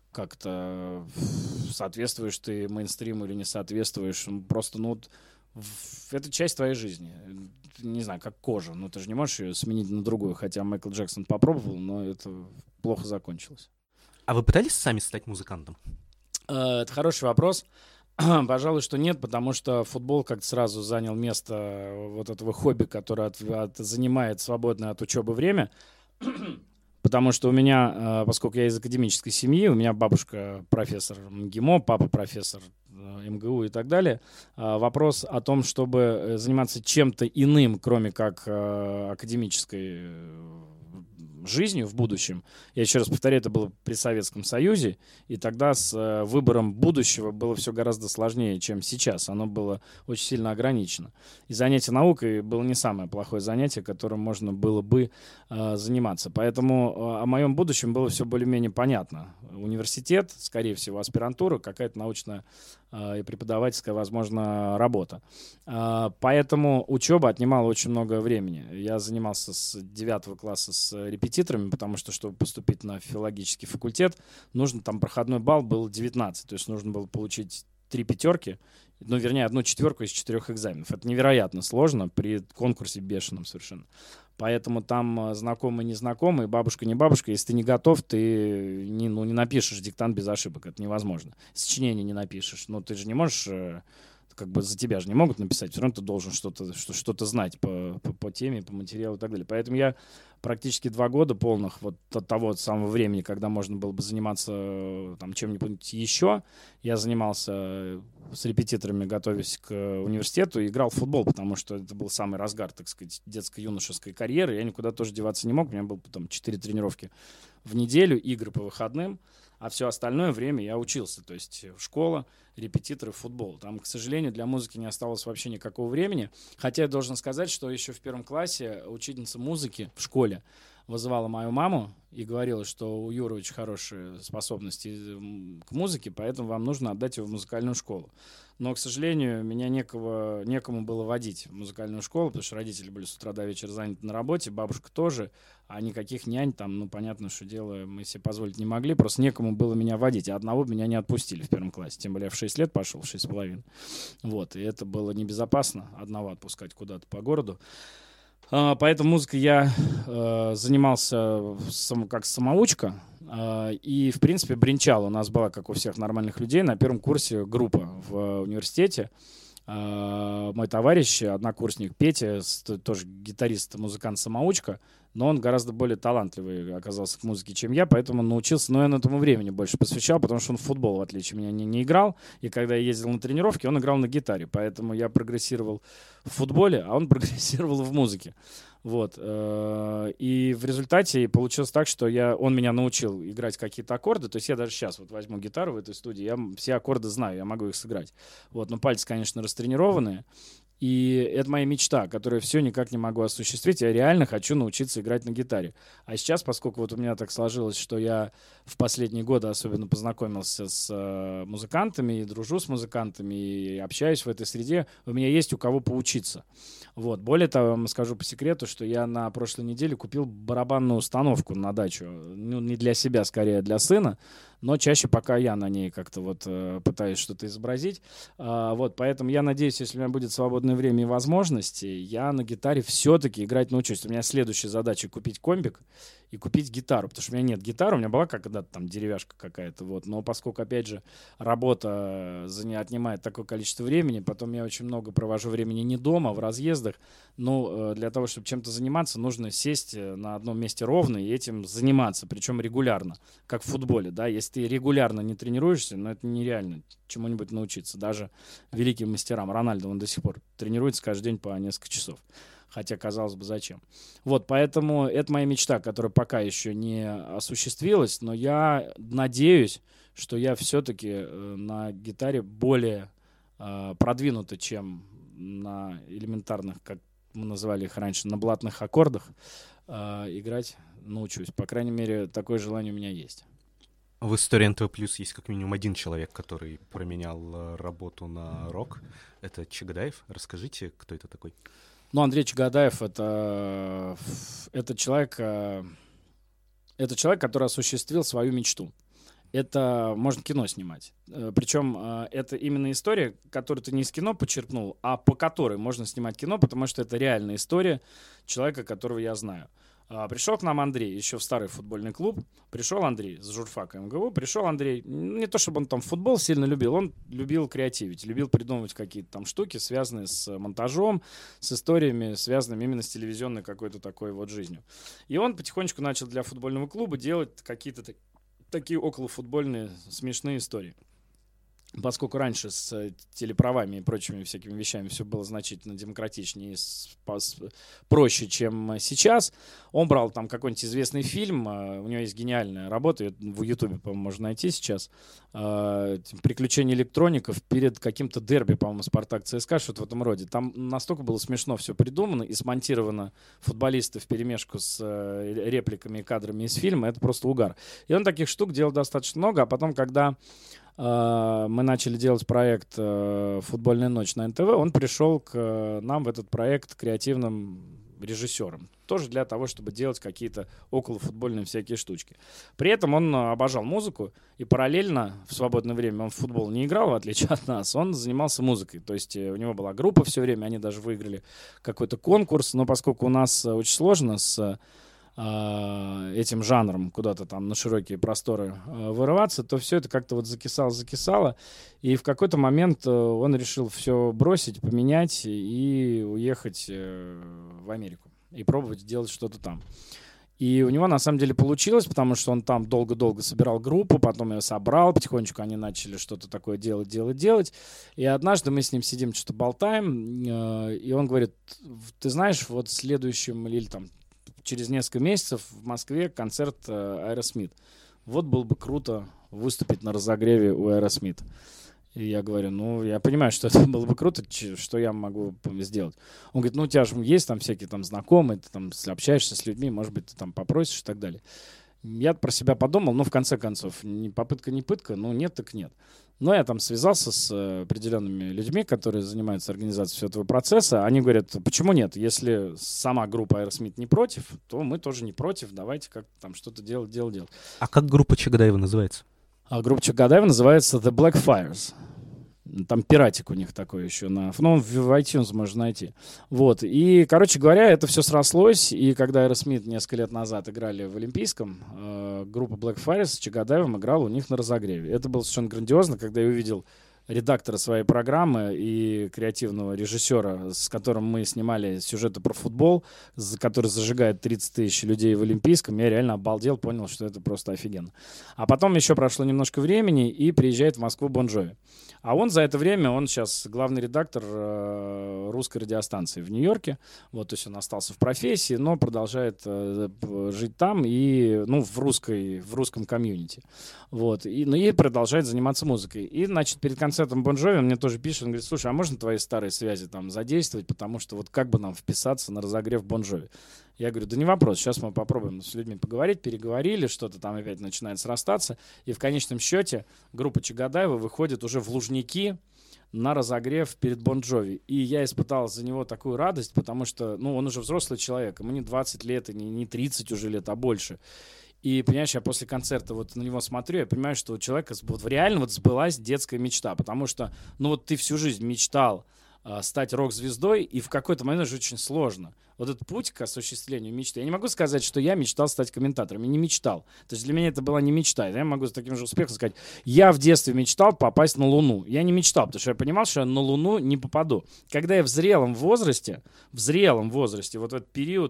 Speaker 3: как-то соответствуешь ты мейнстриму или не соответствуешь. Просто, ну, вот, в, это часть твоей жизни. Не знаю, как кожа. Ну, ты же не можешь ее сменить на другую. Хотя Майкл Джексон попробовал, но это плохо закончилось.
Speaker 1: А вы пытались сами стать музыкантом?
Speaker 3: Это хороший вопрос. Пожалуй, что нет, потому что футбол как-то сразу занял место вот этого хобби, которое от, от, занимает свободное от учебы время. Потому что у меня, поскольку я из академической семьи, у меня бабушка профессор МГИМО, папа профессор МГУ и так далее. Вопрос о том, чтобы заниматься чем-то иным, кроме как академической жизнью в будущем. Я еще раз повторяю, это было при Советском Союзе, и тогда с э, выбором будущего было все гораздо сложнее, чем сейчас. Оно было очень сильно ограничено. И занятие наукой было не самое плохое занятие, которым можно было бы э, заниматься. Поэтому э, о моем будущем было все более-менее понятно. Университет, скорее всего, аспирантура, какая-то научная э, и преподавательская, возможно, работа. Э, поэтому учеба отнимала очень много времени. Я занимался с девятого класса с репетиторами, потому что, чтобы поступить на филологический факультет, нужно, там проходной балл был девятнадцать, то есть нужно было получить три пятерки, ну, вернее, одну четверку из четырех экзаменов. Это невероятно сложно при конкурсе бешеном совершенно. Поэтому там знакомые, незнакомые, бабушка, не бабушка. Если ты не готов, ты не, ну, не напишешь диктант без ошибок. Это невозможно. Сочинение не напишешь. Ну, ты же не можешь... Как бы за тебя же не могут написать, все равно ты должен что-то, что-то знать по, по, по теме, по материалу и так далее. Поэтому я практически два года полных вот от того самого времени, когда можно было бы заниматься там чем-нибудь еще, я занимался с репетиторами, готовясь к университету, и играл в футбол, потому что это был самый разгар, так сказать, детско-юношеской карьеры. Я никуда тоже деваться не мог. У меня было там четыре тренировки в неделю, игры по выходным. А все остальное время я учился. То есть школа, репетиторы, футбол. Там, к сожалению, для музыки не осталось вообще никакого времени. Хотя я должен сказать, что еще в первом классе учительница музыки в школе вызывала мою маму и говорила, что у Юры очень хорошие способности к музыке, поэтому вам нужно отдать его в музыкальную школу. Но, к сожалению, меня некого, некому было водить в музыкальную школу, потому что родители были с утра до вечера заняты на работе, бабушка тоже, а никаких нянь там, ну, понятно, что дело мы себе позволить не могли, просто некому было меня водить, а одного меня не отпустили в первом классе, тем более я в шесть лет пошел, в шесть с половиной. Вот, и это было небезопасно, одного отпускать куда-то по городу. Поэтому музыкой я э, занимался сам, как самоучка э, и, в принципе, бренчал. У нас была, как у всех нормальных людей, на первом курсе группа в университете. Э, мой товарищ, однокурсник Петя, тоже гитарист, музыкант-самоучка, но он гораздо более талантливый оказался к музыке, чем я, поэтому научился, но я на этому времени больше посвящал, потому что он в футбол, в отличие от меня, не, не играл, и когда я ездил на тренировки, он играл на гитаре, поэтому я прогрессировал в футболе, а он прогрессировал в музыке. Вот. И в результате получилось так, что я, он меня научил играть какие-то аккорды. То есть я даже сейчас вот возьму гитару в этой студии, я все аккорды знаю, я могу их сыграть. Вот. Но пальцы, конечно, растренированные. И это моя мечта, которую все никак не могу осуществить. Я реально хочу научиться играть на гитаре. А сейчас, поскольку вот у меня так сложилось, что я в последние годы особенно познакомился с э, музыкантами, и дружу с музыкантами, и общаюсь в этой среде, у меня есть у кого поучиться. Вот. Более того, я вам скажу по секрету, что я на прошлой неделе купил барабанную установку на дачу. Ну, не для себя, скорее, для сына. Но чаще пока я на ней как-то вот э, пытаюсь что-то изобразить. А, вот, поэтому я надеюсь, если у меня будет свободное время и возможности, я на гитаре все-таки играть научусь. У меня следующая задача — купить комбик и купить гитару, потому что у меня нет гитары, у меня была когда-то там деревяшка какая-то, вот, но поскольку, опять же, работа за ней отнимает такое количество времени, потом я очень много провожу времени не дома, а в разъездах, ну, для того, чтобы чем-то заниматься, нужно сесть на одном месте ровно и этим заниматься, причем регулярно, как в футболе, да, если ты регулярно не тренируешься, ну, это нереально чему-нибудь научиться, даже великим мастерам. Рональдо, он до сих пор тренируется каждый день по несколько часов. хотя, казалось бы, зачем. Вот, поэтому это моя мечта, которая пока еще не осуществилась, но я надеюсь, что я все-таки э, на гитаре более э, продвинута, чем на элементарных, как мы называли их раньше, на блатных аккордах, э, играть научусь. По крайней мере, такое желание у меня есть.
Speaker 1: В истории эн тэ вэ плюс есть как минимум один человек, который променял работу на рок. Это Чагадаев. Расскажите, кто это такой?
Speaker 3: Ну, Андрей Чагадаев — это, это, человек, это человек, который осуществил свою мечту. Это можно кино снимать. Причем это именно история, которую ты не из кино почерпнул, а по которой можно снимать кино, потому что это реальная история человека, которого я знаю. Пришел к нам Андрей, еще в старый футбольный клуб. Пришел Андрей с журфака эм гэ у. Пришел Андрей, не то чтобы он там футбол сильно любил, он любил креативить, любил придумывать какие-то там штуки, связанные с монтажом, с историями, связанными именно с телевизионной какой-то такой вот жизнью. И он потихонечку начал для футбольного клуба делать какие-то такие околофутбольные смешные истории. Поскольку раньше с телеправами и прочими всякими вещами все было значительно демократичнее и проще, чем сейчас, он брал там какой-нибудь известный фильм, у него есть гениальная работа, в Ютубе, по-моему, можно найти сейчас, «Приключения электроников» перед каким-то дерби, по-моему, Спартак ЦСКА, что-то в этом роде. Там настолько было смешно все придумано и смонтировано футболисты вперемешку с репликами и кадрами из фильма, это просто угар. И он таких штук делал достаточно много, а потом, когда мы начали делать проект «Футбольная ночь» на эн тэ вэ, он пришел к нам в этот проект креативным режиссером. Тоже для того, чтобы делать какие-то околофутбольные всякие штучки. При этом он обожал музыку, и параллельно в свободное время он в футбол не играл, в отличие от нас, он занимался музыкой. То есть у него была группа все время, они даже выиграли какой-то конкурс, но поскольку у нас очень сложно с этим жанром куда-то там на широкие просторы вырываться, то все это как-то вот закисало-закисало, и в какой-то момент он решил все бросить, поменять и уехать в Америку и пробовать делать что-то там. И у него на самом деле получилось, потому что он там долго-долго собирал группу, потом ее собрал, потихонечку они начали что-то такое делать, делать, делать. И однажды мы с ним сидим, что-то болтаем, и он говорит: ты знаешь, вот следующим или там через несколько месяцев в Москве концерт Aerosmith. Вот было бы круто выступить на разогреве у Aerosmith. И я говорю, ну, я понимаю, что это было бы круто, что я могу сделать. Он говорит, ну, у тебя же есть там всякие там знакомые, ты там общаешься с людьми, может быть, ты там попросишь и так далее. Я про себя подумал, ну, в конце концов, не попытка, не пытка, ну, нет, так нет. Но я там связался с определенными людьми, которые занимаются организацией всего этого процесса. Они говорят, почему нет? Если сама группа Aerosmith не против, то мы тоже не против. Давайте как-то там что-то делать, делать, делать.
Speaker 1: А как группа Чагадаева называется?
Speaker 3: А группа Чагадаева называется The Black Fires. Там пиратик у них такой еще. На, ну, в iTunes можно найти. Вот. И, короче говоря, это все срослось. И когда Aerosmith несколько лет назад играли в Олимпийском, э, группа Black Fires с Чагадаевым играла у них на разогреве. Это было совершенно грандиозно, когда я увидел редактора своей программы и креативного режиссера, с которым мы снимали сюжеты про футбол, который зажигает тридцать тысяч людей в Олимпийском. Я реально обалдел, понял, что это просто офигенно. А потом еще прошло немножко времени, и приезжает в Москву Бон Джови. А он за это время, он сейчас главный редактор э, русской радиостанции в Нью-Йорке. Вот, то есть он остался в профессии, но продолжает э, жить там и, ну, в, русской, в русском комьюнити. Вот, и, ну, и продолжает заниматься музыкой. И, значит, перед концертом Бон Джови он мне тоже пишет, он говорит, слушай, а можно твои старые связи там задействовать, потому что вот как бы нам вписаться на разогрев Бон Джови? Я говорю, да не вопрос, сейчас мы попробуем с людьми поговорить, переговорили, что-то там опять начинает срастаться, и в конечном счете группа Чагадаева выходит уже в Лужники на разогрев перед Бон Джови. И я испытал за него такую радость, потому что, ну, он уже взрослый человек, ему не двадцать лет, и не, не тридцать уже лет, а больше. И, понимаешь, я после концерта вот на него смотрю, я понимаю, что у человека вот реально вот сбылась детская мечта, потому что, ну, вот ты всю жизнь мечтал э, стать рок-звездой, и в какой-то момент уже очень сложно. Вот этот путь к осуществлению мечты. Я не могу сказать, что я мечтал стать комментатором. Я не мечтал. То есть для меня это была не мечта. Я могу с таким же успехом сказать, я в детстве мечтал попасть на Луну. Я не мечтал, потому что я понимал, что я на Луну не попаду. Когда я в зрелом возрасте, в зрелом возрасте, вот в этот период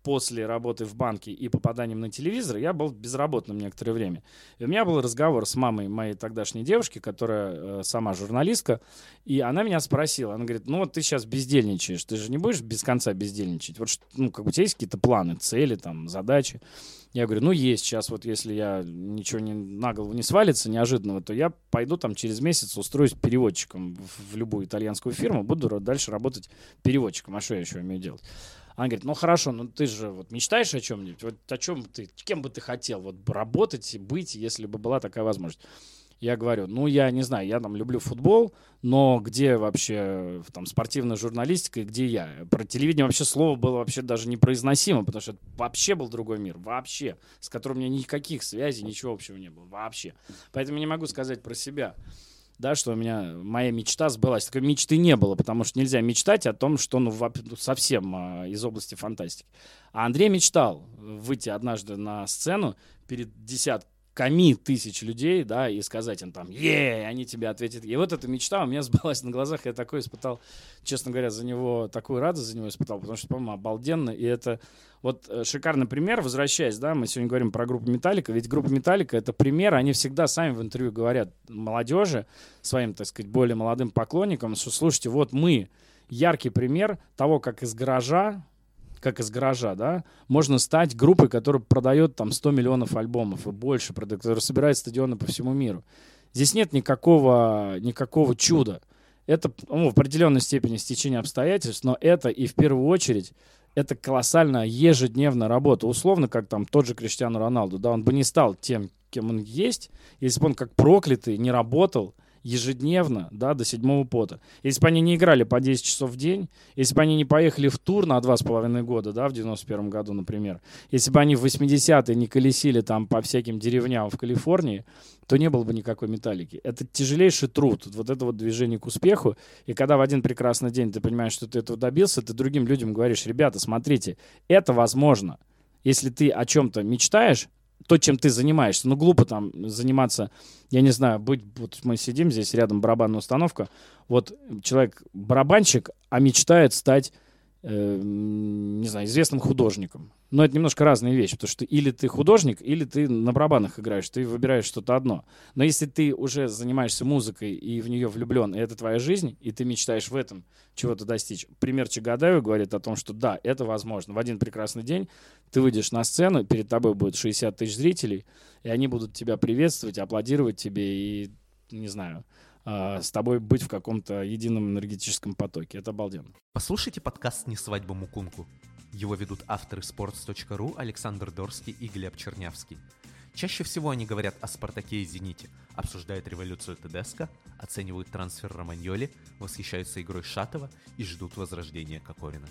Speaker 3: после работы в банке и попаданием на телевизор, я был безработным некоторое время. И у меня был разговор с мамой моей тогдашней девушки, которая э, сама журналистка, и она меня спросила, она говорит, ну вот ты сейчас бездельничаешь, ты же не будешь без конца бездельничать? Вот, ну, как бы у тебя есть какие-то планы, цели, там, задачи? Я говорю, ну есть, сейчас вот если я ничего не, на голову не свалится неожиданного, то я пойду там через месяц устроюсь переводчиком в, в любую итальянскую фирму, буду дальше работать переводчиком, а что я еще умею делать? Она говорит, ну хорошо, ну ты же вот мечтаешь о чем-нибудь, вот о чем ты, кем бы ты хотел вот работать, быть, если бы была такая возможность? Я говорю, ну я не знаю, я там люблю футбол, но где вообще там спортивная журналистика и где я? Про телевидение вообще слово было вообще даже непроизносимо, потому что это вообще был другой мир, вообще, с которым у меня никаких связей, ничего общего не было, вообще. Поэтому не могу сказать про себя. Да, что у меня моя мечта сбылась. Такой мечты не было, потому что нельзя мечтать о том, что ну, совсем а, из области фантастики. А Андрей мечтал выйти однажды на сцену перед десятками тысяч людей, да, и сказать им там «Е!», они тебе ответят. И вот эта мечта у меня сбылась на глазах. Я такой испытал, честно говоря, за него, такую радость за него испытал, потому что, по-моему, обалденно. И это вот шикарный пример, возвращаясь, да, мы сегодня говорим про группу «Металлика», ведь группа «Металлика» — это пример, они всегда сами в интервью говорят молодежи, своим, так сказать, более молодым поклонникам, что, слушайте, вот мы, яркий пример того, как из гаража, как из гаража, да, можно стать группой, которая продает там сто миллионов альбомов и больше, которая собирает стадионы по всему миру. Здесь нет никакого, никакого чуда. Это ну, в определенной степени стечение обстоятельств, но это и в первую очередь это колоссальная ежедневная работа. Условно, как там тот же Криштиану Роналду, да, он бы не стал тем, кем он есть, если бы он как проклятый не работал ежедневно, да, до седьмого пота. Если бы они не играли по десять часов в день, если бы они не поехали в тур на два с половиной года, да, в девяносто первом году, например, если бы они в восьмидесятые не колесили там по всяким деревням в Калифорнии, то не было бы никакой «Металлики». Это тяжелейший труд, вот это вот движение к успеху. И когда в один прекрасный день ты понимаешь, что ты этого добился, ты другим людям говоришь: ребята, смотрите, это возможно. Если ты о чем-то мечтаешь, то, чем ты занимаешься. Ну, глупо там заниматься, я не знаю, быть, вот мы сидим здесь, рядом барабанная установка, вот человек барабанщик, а мечтает стать, э, не знаю, известным художником. Но это немножко разные вещи, потому что или ты художник, или ты на барабанах играешь, ты выбираешь что-то одно. Но если ты уже занимаешься музыкой и в нее влюблен, и это твоя жизнь, и ты мечтаешь в этом чего-то достичь. Пример Чагадаева говорит о том, что да, это возможно. В один прекрасный день ты выйдешь на сцену, перед тобой будет шестьдесят тысяч зрителей, и они будут тебя приветствовать, аплодировать тебе и, не знаю, с тобой быть в каком-то едином энергетическом потоке. Это обалденно.
Speaker 1: Послушайте подкаст «Не свадьба Мукунку». Его ведут авторы спортс точка ру Александр Дорский и Глеб Чернявский. Чаще всего они говорят о «Спартаке» и «Зените», обсуждают революцию Тедеско, оценивают трансфер Романьоли, восхищаются игрой Шатова и ждут возрождения Кокорина.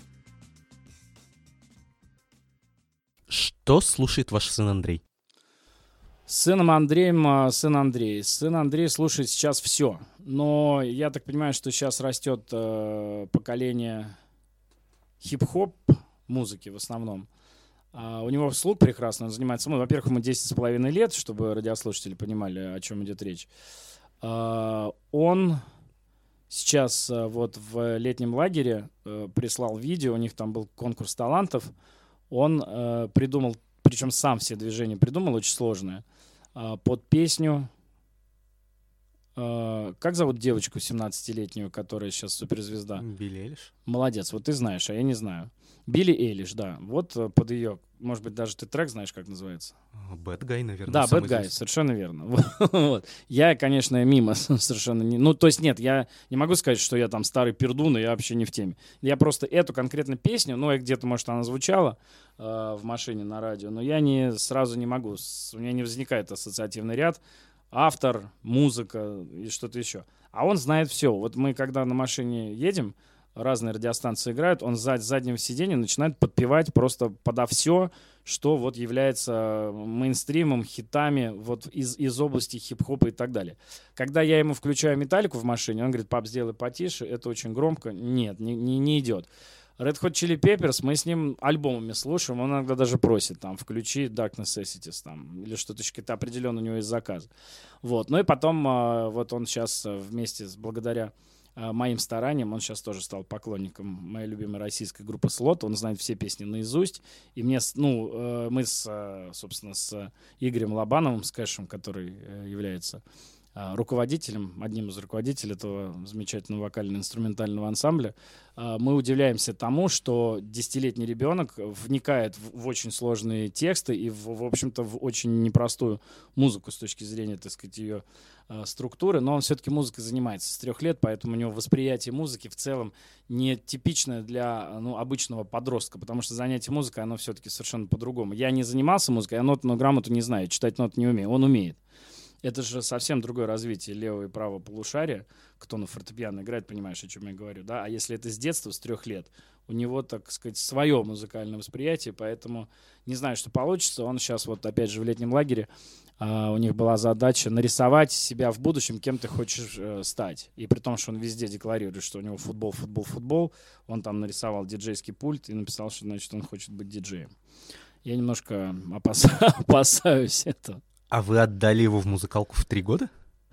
Speaker 1: Что слушает ваш сын Андрей?
Speaker 3: С сыном Андреем, сын Андрей. Сын Андрей слушает сейчас все. Но я так понимаю, что сейчас растет э, поколение хип-хоп музыки в основном. Uh, у него слух прекрасный, он занимается мной. Во-первых, ему десять с половиной лет, чтобы радиослушатели понимали, о чем идет речь. Uh, он сейчас uh, вот в летнем лагере uh, прислал видео, у них там был конкурс талантов. Он uh, придумал, причем сам все движения придумал, очень сложное, uh, под песню. Uh, как зовут девочку семнадцатилетнюю, которая сейчас суперзвезда?
Speaker 1: Билли Эйлиш.
Speaker 3: Молодец, вот ты знаешь, а я не знаю. Билли Эйлиш, да. Вот под ее, может быть, даже ты трек знаешь, как называется?
Speaker 1: Bad Guy, наверное.
Speaker 3: Да, Bad Guy, совершенно верно. Вот. Я, конечно, мимо совершенно не... Ну, то есть нет, я не могу сказать, что я там старый пердун, и я вообще не в теме. Я просто эту конкретно песню, ну, где-то, может, она звучала э, в машине на радио, но я не, сразу не могу, у меня не возникает ассоциативный ряд. Автор, музыка и что-то еще. А он знает все. Вот мы, когда на машине едем, разные радиостанции играют, он за задним сиденьем начинает подпевать просто подо все, что вот является мейнстримом, хитами вот из, из области хип-хопа и так далее. Когда я ему включаю «Металлику» в машине, он говорит: пап, сделай потише, это очень громко. Нет, не, не, не идет. Red Hot Chili Peppers, мы с ним альбомами слушаем, он иногда даже просит, там, включи Dark Necessities, там, или что-то, какие-то определенно у него есть заказы. Вот, ну и потом, вот он сейчас вместе с, благодаря моим старанием, он сейчас тоже стал поклонником моей любимой российской группы «Слот», он знает все песни наизусть, и мне, ну, мы, с, собственно, с Игорем Лобановым, с Кэшем, который является руководителем, одним из руководителей этого замечательного вокально-инструментального ансамбля, мы удивляемся тому, что десятилетний ребенок вникает в, в очень сложные тексты и, в, в общем-то, в очень непростую музыку с точки зрения, так сказать, ее э, структуры, но он все-таки музыкой занимается с трех лет, поэтому у него восприятие музыки в целом не типичное для ну, обычного подростка, потому что занятие музыкой, оно все-таки совершенно по-другому. Я не занимался музыкой, я нотную грамоту не знаю, читать ноты не умею, он умеет. Это же совсем другое развитие левого и правого полушария. Кто на фортепиано играет, понимаешь, о чем я говорю, да? А если это с детства, с трех лет, у него, так сказать, свое музыкальное восприятие, поэтому не знаю, что получится. Он сейчас вот опять же в летнем лагере, а, у них была задача нарисовать себя в будущем, кем ты хочешь э, стать. И при том, что он везде декларирует, что у него футбол, футбол, футбол, он там нарисовал диджейский пульт и написал, что, значит, он хочет быть диджеем. Я немножко опаса- опасаюсь этого.
Speaker 1: А вы отдали его в музыкалку в три года?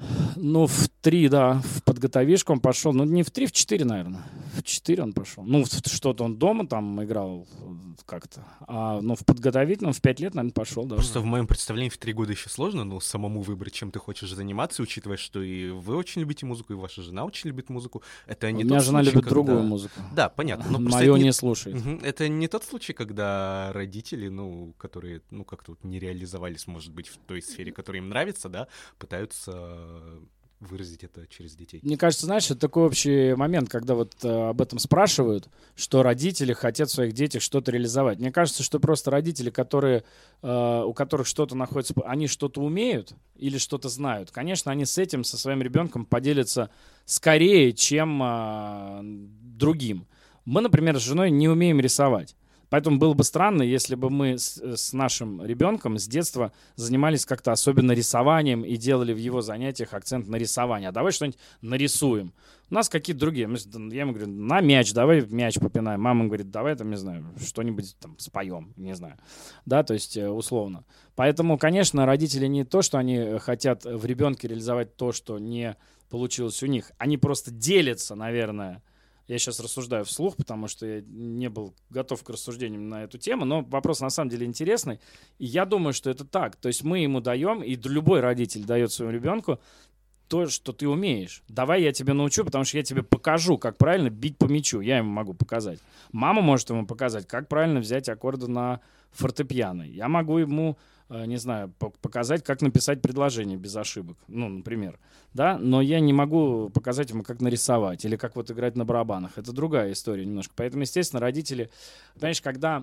Speaker 3: Ну, в три, да, в подготовишку он пошел. Ну, не в три, в четыре, наверное. В четыре он пошел. Ну, что-то он дома там играл как-то. А, ну, в подготовительном в пять лет, наверное, пошел, да.
Speaker 1: Просто в моем представлении в три года еще сложно, но самому выбрать, чем ты хочешь заниматься, учитывая, что и вы очень любите музыку, и ваша жена очень любит музыку. Это не
Speaker 3: У меня
Speaker 1: тот
Speaker 3: жена
Speaker 1: случай,
Speaker 3: любит
Speaker 1: когда...
Speaker 3: другую музыку.
Speaker 1: Да, понятно. Но
Speaker 3: мою
Speaker 1: не...
Speaker 3: не слушает.
Speaker 1: Угу. Это не тот случай, когда родители, ну, которые, ну, как-то вот не реализовались, может быть, в той сфере, которая им нравится, да, пытаются выразить это через детей.
Speaker 3: Мне кажется, знаешь, это такой общий момент, когда вот э, об этом спрашивают, что родители хотят в своих детях что-то реализовать. Мне кажется, что просто родители, которые, э, у которых что-то находится, они что-то умеют или что-то знают, конечно, они с этим, со своим ребенком поделятся скорее, чем э, другим. Мы, например, с женой не умеем рисовать. Поэтому было бы странно, если бы мы с, с нашим ребенком с детства занимались как-то особенно рисованием и делали в его занятиях акцент на рисование. А давай что-нибудь нарисуем. У нас какие-то другие. Я ему говорю, на мяч, давай мяч попинаем. Мама говорит, давай там, не знаю, что-нибудь там споем, не знаю. Да, то есть условно. Поэтому, конечно, родители не то, что они хотят в ребенке реализовать то, что не получилось у них. Они просто делятся, наверное. Я сейчас рассуждаю вслух, потому что я не был готов к рассуждениям на эту тему, но вопрос на самом деле интересный. И я думаю, что это так. То есть мы ему даем, и любой родитель дает своему ребенку то, что ты умеешь. Давай я тебе научу, потому что я тебе покажу, как правильно бить по мячу. Я ему могу показать. Мама может ему показать, как правильно взять аккорды на фортепиано. Я могу ему, не знаю, показать, как написать предложение без ошибок. Ну, например. Да? Но я не могу показать ему, как нарисовать или как вот играть на барабанах. Это другая история немножко. Поэтому, естественно, родители... Понимаешь, когда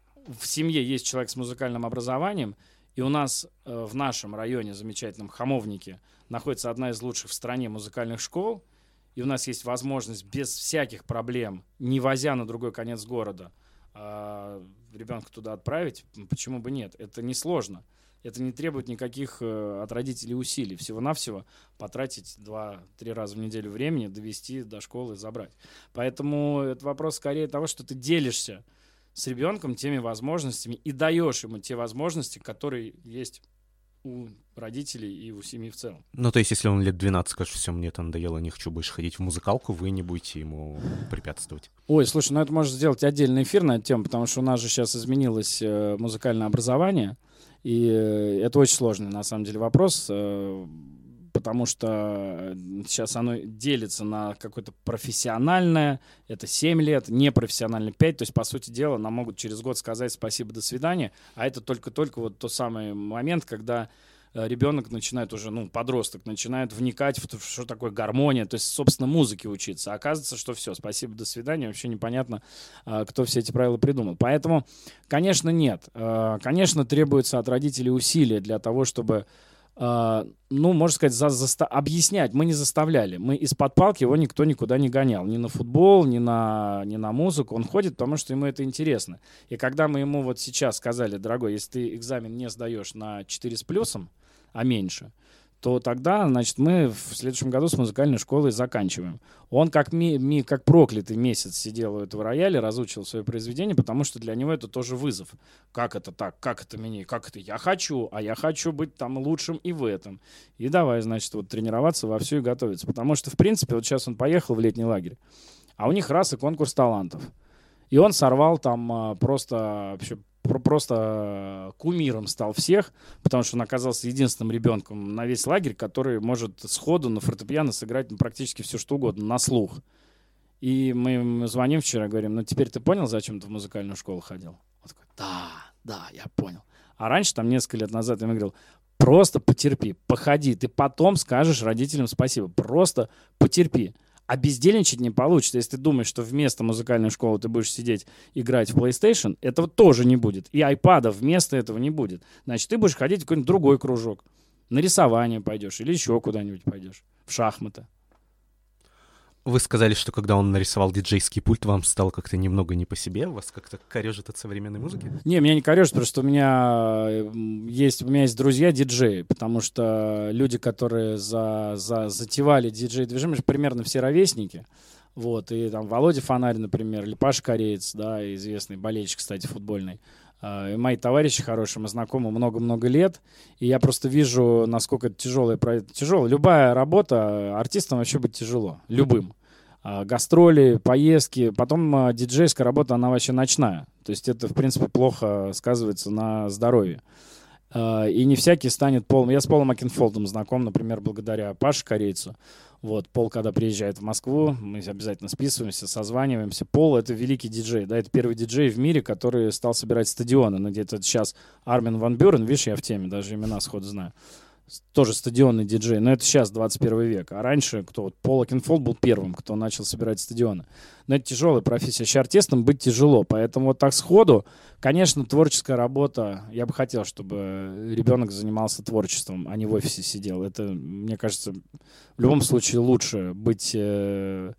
Speaker 3: в семье есть человек с музыкальным образованием, и у нас э, в нашем районе, замечательном Хамовнике, находится одна из лучших в стране музыкальных школ, и у нас есть возможность без всяких проблем, не возя на другой конец города, э, ребенка туда отправить, почему бы нет? Это несложно. Это не требует никаких э, от родителей усилий. Всего-навсего потратить два-три раза в неделю времени, довести до школы, забрать. Поэтому это вопрос скорее того, что ты делишься с ребенком теми возможностями и даешь ему те возможности, которые есть у родителей и у семьи в целом.
Speaker 1: Ну, то есть, если он лет двенадцать скажет, все, мне это надоело, не хочу больше ходить в музыкалку, вы не будете ему препятствовать.
Speaker 3: Ой, слушай, ну это можно сделать отдельный эфир на эту тему, потому что у нас же сейчас изменилось э, музыкальное образование, и э, это очень сложный, на самом деле, вопрос, э, потому что сейчас оно делится на какое-то профессиональное, это семь лет, непрофессиональное пять, то есть, по сути дела, нам могут через год сказать спасибо, до свидания, а это только-только вот тот самый момент, когда ребенок начинает уже, ну, подросток начинает вникать в то, что такое гармония, то есть, собственно, музыке учиться. А оказывается, что все, спасибо, до свидания, вообще непонятно, кто все эти правила придумал. Поэтому, конечно, нет. Конечно, требуется от родителей усилия для того, чтобы, ну, можно сказать, за, за, объяснять. Мы не заставляли. Мы из-под палки его никто никуда не гонял. Ни на футбол, ни на, ни на музыку. Он ходит, потому что ему это интересно. И когда мы ему вот сейчас сказали, дорогой, если ты экзамен не сдаешь на четыре с плюсом, а меньше, то тогда, значит, мы в следующем году с музыкальной школой заканчиваем. Он как, ми, ми, как проклятый месяц сидел у этого рояля, разучил свое произведение, потому что для него это тоже вызов. Как это так? Как это мне? Как это я хочу? А я хочу быть там лучшим и в этом. И давай, значит, вот тренироваться вовсю и готовиться. Потому что, в принципе, вот сейчас он поехал в летний лагерь, а у них раз и конкурс талантов. И он сорвал там а, просто вообще просто кумиром стал всех, потому что он оказался единственным ребенком на весь лагерь, который может сходу на фортепиано сыграть практически все, что угодно, на слух. И мы ему звоним вчера, говорим, ну теперь ты понял, зачем ты в музыкальную школу ходил? Он такой, да, да, я понял. А раньше, там несколько лет назад, я ему говорил, просто потерпи, походи, ты потом скажешь родителям спасибо, просто потерпи. А бездельничать не получится. Если ты думаешь, что вместо музыкальной школы ты будешь сидеть играть в PlayStation, этого тоже не будет. И айпада вместо этого не будет. Значит, ты будешь ходить в какой-нибудь другой кружок. На рисование пойдешь или еще куда-нибудь пойдешь. В шахматы.
Speaker 1: Вы сказали, что когда он нарисовал диджейский пульт, вам стало как-то немного не по себе? Вас как-то корежит от современной музыки?
Speaker 3: Не, меня не корежит, потому что у меня есть, у меня есть друзья-диджеи, потому что люди, которые за, за, затевали диджей-движение, примерно все ровесники. Вот, и там Володя Фонарь, например, или Паша Кореец, да, известный болельщик, кстати, футбольный. И мои товарищи хорошие, мы знакомы много-много лет, и я просто вижу, насколько это тяжелое. Тяжело. Любая работа, артистам вообще быть тяжело, любым. Гастроли, поездки, потом диджейская работа, она вообще ночная. То есть это, в принципе, плохо сказывается на здоровье. И не всякий станет Полом. Я с Полом Окенфолдом знаком, например, благодаря Паше Корейцу. Вот, Пол, когда приезжает в Москву, мы обязательно списываемся, созваниваемся. Пол — это великий диджей, да, это первый диджей в мире, который стал собирать стадионы. Ну, где-то сейчас Армин ван Бюрен, видишь, я в теме, даже имена сходу знаю. Тоже стадионный диджей, но это сейчас двадцать первый век. А раньше кто? Вот Пол Окенфолд был первым, кто начал собирать стадионы. Но это тяжелая профессия. Сейчас артистам быть тяжело. Поэтому вот так сходу, конечно, творческая работа. Я бы хотел, чтобы ребенок занимался творчеством, а не в офисе сидел. Это, мне кажется, в любом случае лучше быть э,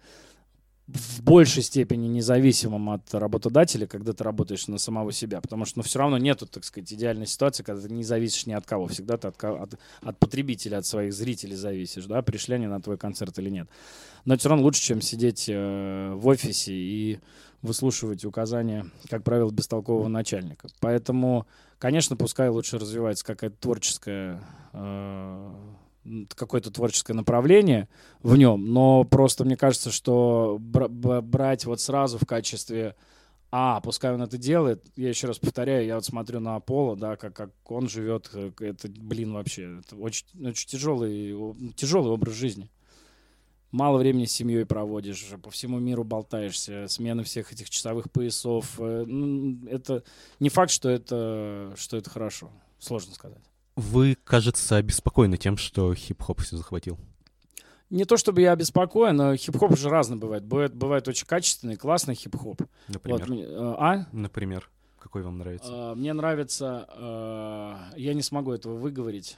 Speaker 3: в большей степени независимым от работодателя, когда ты работаешь на самого себя. Потому что ну, все равно нету, так сказать, идеальной ситуации, когда ты не зависишь ни от кого. Всегда ты от, от, от потребителя, от своих зрителей зависишь, да, пришли они на твой концерт или нет. Но это все равно лучше, чем сидеть э, в офисе и выслушивать указания, как правило, бестолкового начальника. Поэтому, конечно, пускай лучше развивается какая-то творческая... Э, какое-то творческое направление в нем, но просто мне кажется, что бр- брать вот сразу в качестве а, пускай он это делает, я еще раз повторяю, я вот смотрю на Пола, да, как, как он живет, это, блин, вообще, это очень, очень тяжелый, тяжелый образ жизни. Мало времени с семьей проводишь, по всему миру болтаешься, смены всех этих часовых поясов. Это не факт, что это, что это хорошо, сложно сказать.
Speaker 1: Вы, кажется, обеспокоены тем, что хип-хоп все захватил.
Speaker 3: Не то чтобы я обеспокоен, но хип-хоп же разный бывает. Бывает, бывает очень качественный, классный хип-хоп.
Speaker 1: Например?
Speaker 3: Вот, а?
Speaker 1: Например? Какой вам нравится?
Speaker 3: Мне нравится... Я не смогу этого выговорить.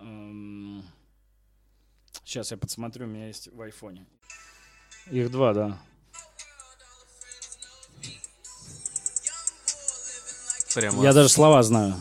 Speaker 3: Сейчас я подсмотрю, у меня есть в айфоне. Их два, да.
Speaker 1: Прямо...
Speaker 3: Я даже слова знаю.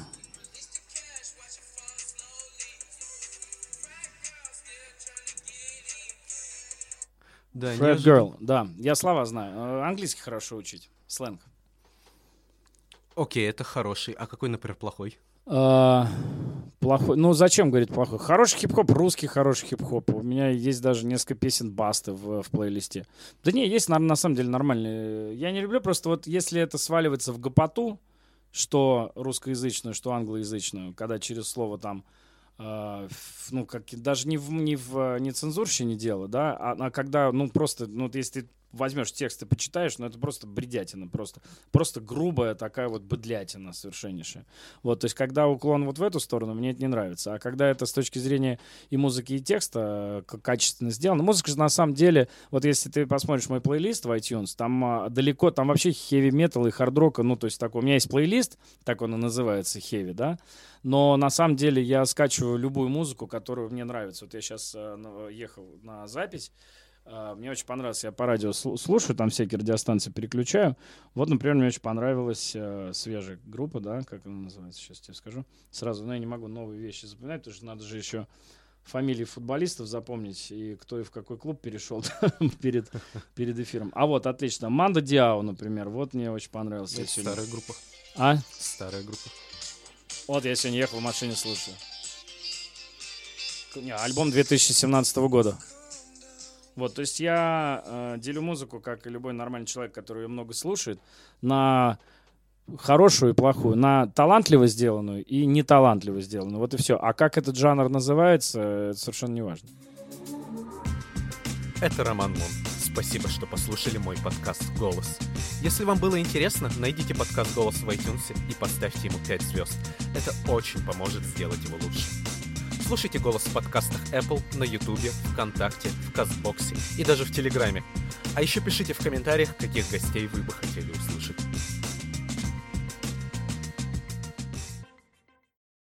Speaker 1: Да,
Speaker 3: Fred Girl, да. Я слова знаю. Английский хорошо учить. Сленг.
Speaker 1: Окей, это хороший. А какой, например, плохой?
Speaker 3: А, плохой. Ну, зачем говорить плохой? Хороший хип-хоп, русский хороший хип-хоп. У меня есть даже несколько песен Басты в, в плейлисте. Да не, есть на, на самом деле нормальные. Я не люблю просто вот если это сваливается в гопоту, что русскоязычную, что англоязычную, когда через слово там ну, как, даже не в, не в нецензурщине дело, да, а, а когда, ну, просто, ну, если ты возьмешь текст и почитаешь, ну, это просто бредятина, просто, просто грубая такая вот быдлятина совершеннейшая. Вот, то есть, когда уклон вот в эту сторону, мне это не нравится, а когда это с точки зрения и музыки, и текста качественно сделано, музыка же на самом деле, вот если ты посмотришь мой плейлист в iTunes, там а, далеко, там вообще хэви-метал и хард-рока, ну, то есть, такой, у меня есть плейлист, так он и называется, хэви, да, но на самом деле я скачиваю любую музыку, которая мне нравится. Вот я сейчас э, ехал на запись, э, мне очень понравилось, я по радио слушаю, там всякие радиостанции переключаю. Вот, например, мне очень понравилась э, свежая группа, да, как она называется, сейчас тебе скажу. Сразу, но я не могу новые вещи запоминать, потому что надо же еще фамилии футболистов запомнить и кто и в какой клуб перешел перед, перед эфиром. А вот, отлично. Мандо Диао, например. Вот мне очень понравился.
Speaker 1: Это старая группа.
Speaker 3: А?
Speaker 1: Старая группа.
Speaker 3: Вот я сегодня ехал в машине, слушаю. Не, альбом две тысячи семнадцатого года. Вот, то есть я э, делю музыку, как и любой нормальный человек, который ее много слушает, на хорошую и плохую, на талантливо сделанную и неталантливо сделанную. Вот и все. А как этот жанр называется, это совершенно не важно.
Speaker 1: Это Роман Мун. Спасибо, что послушали мой подкаст «Голос». Если вам было интересно, найдите подкаст «Голос» в iTunes и поставьте ему пять звезд. Это очень поможет сделать его лучше. Слушайте «Голос» в подкастах Apple, на YouTube, ВКонтакте, в Кастбоксе и даже в Телеграме. А еще пишите в комментариях, каких гостей вы бы хотели услышать.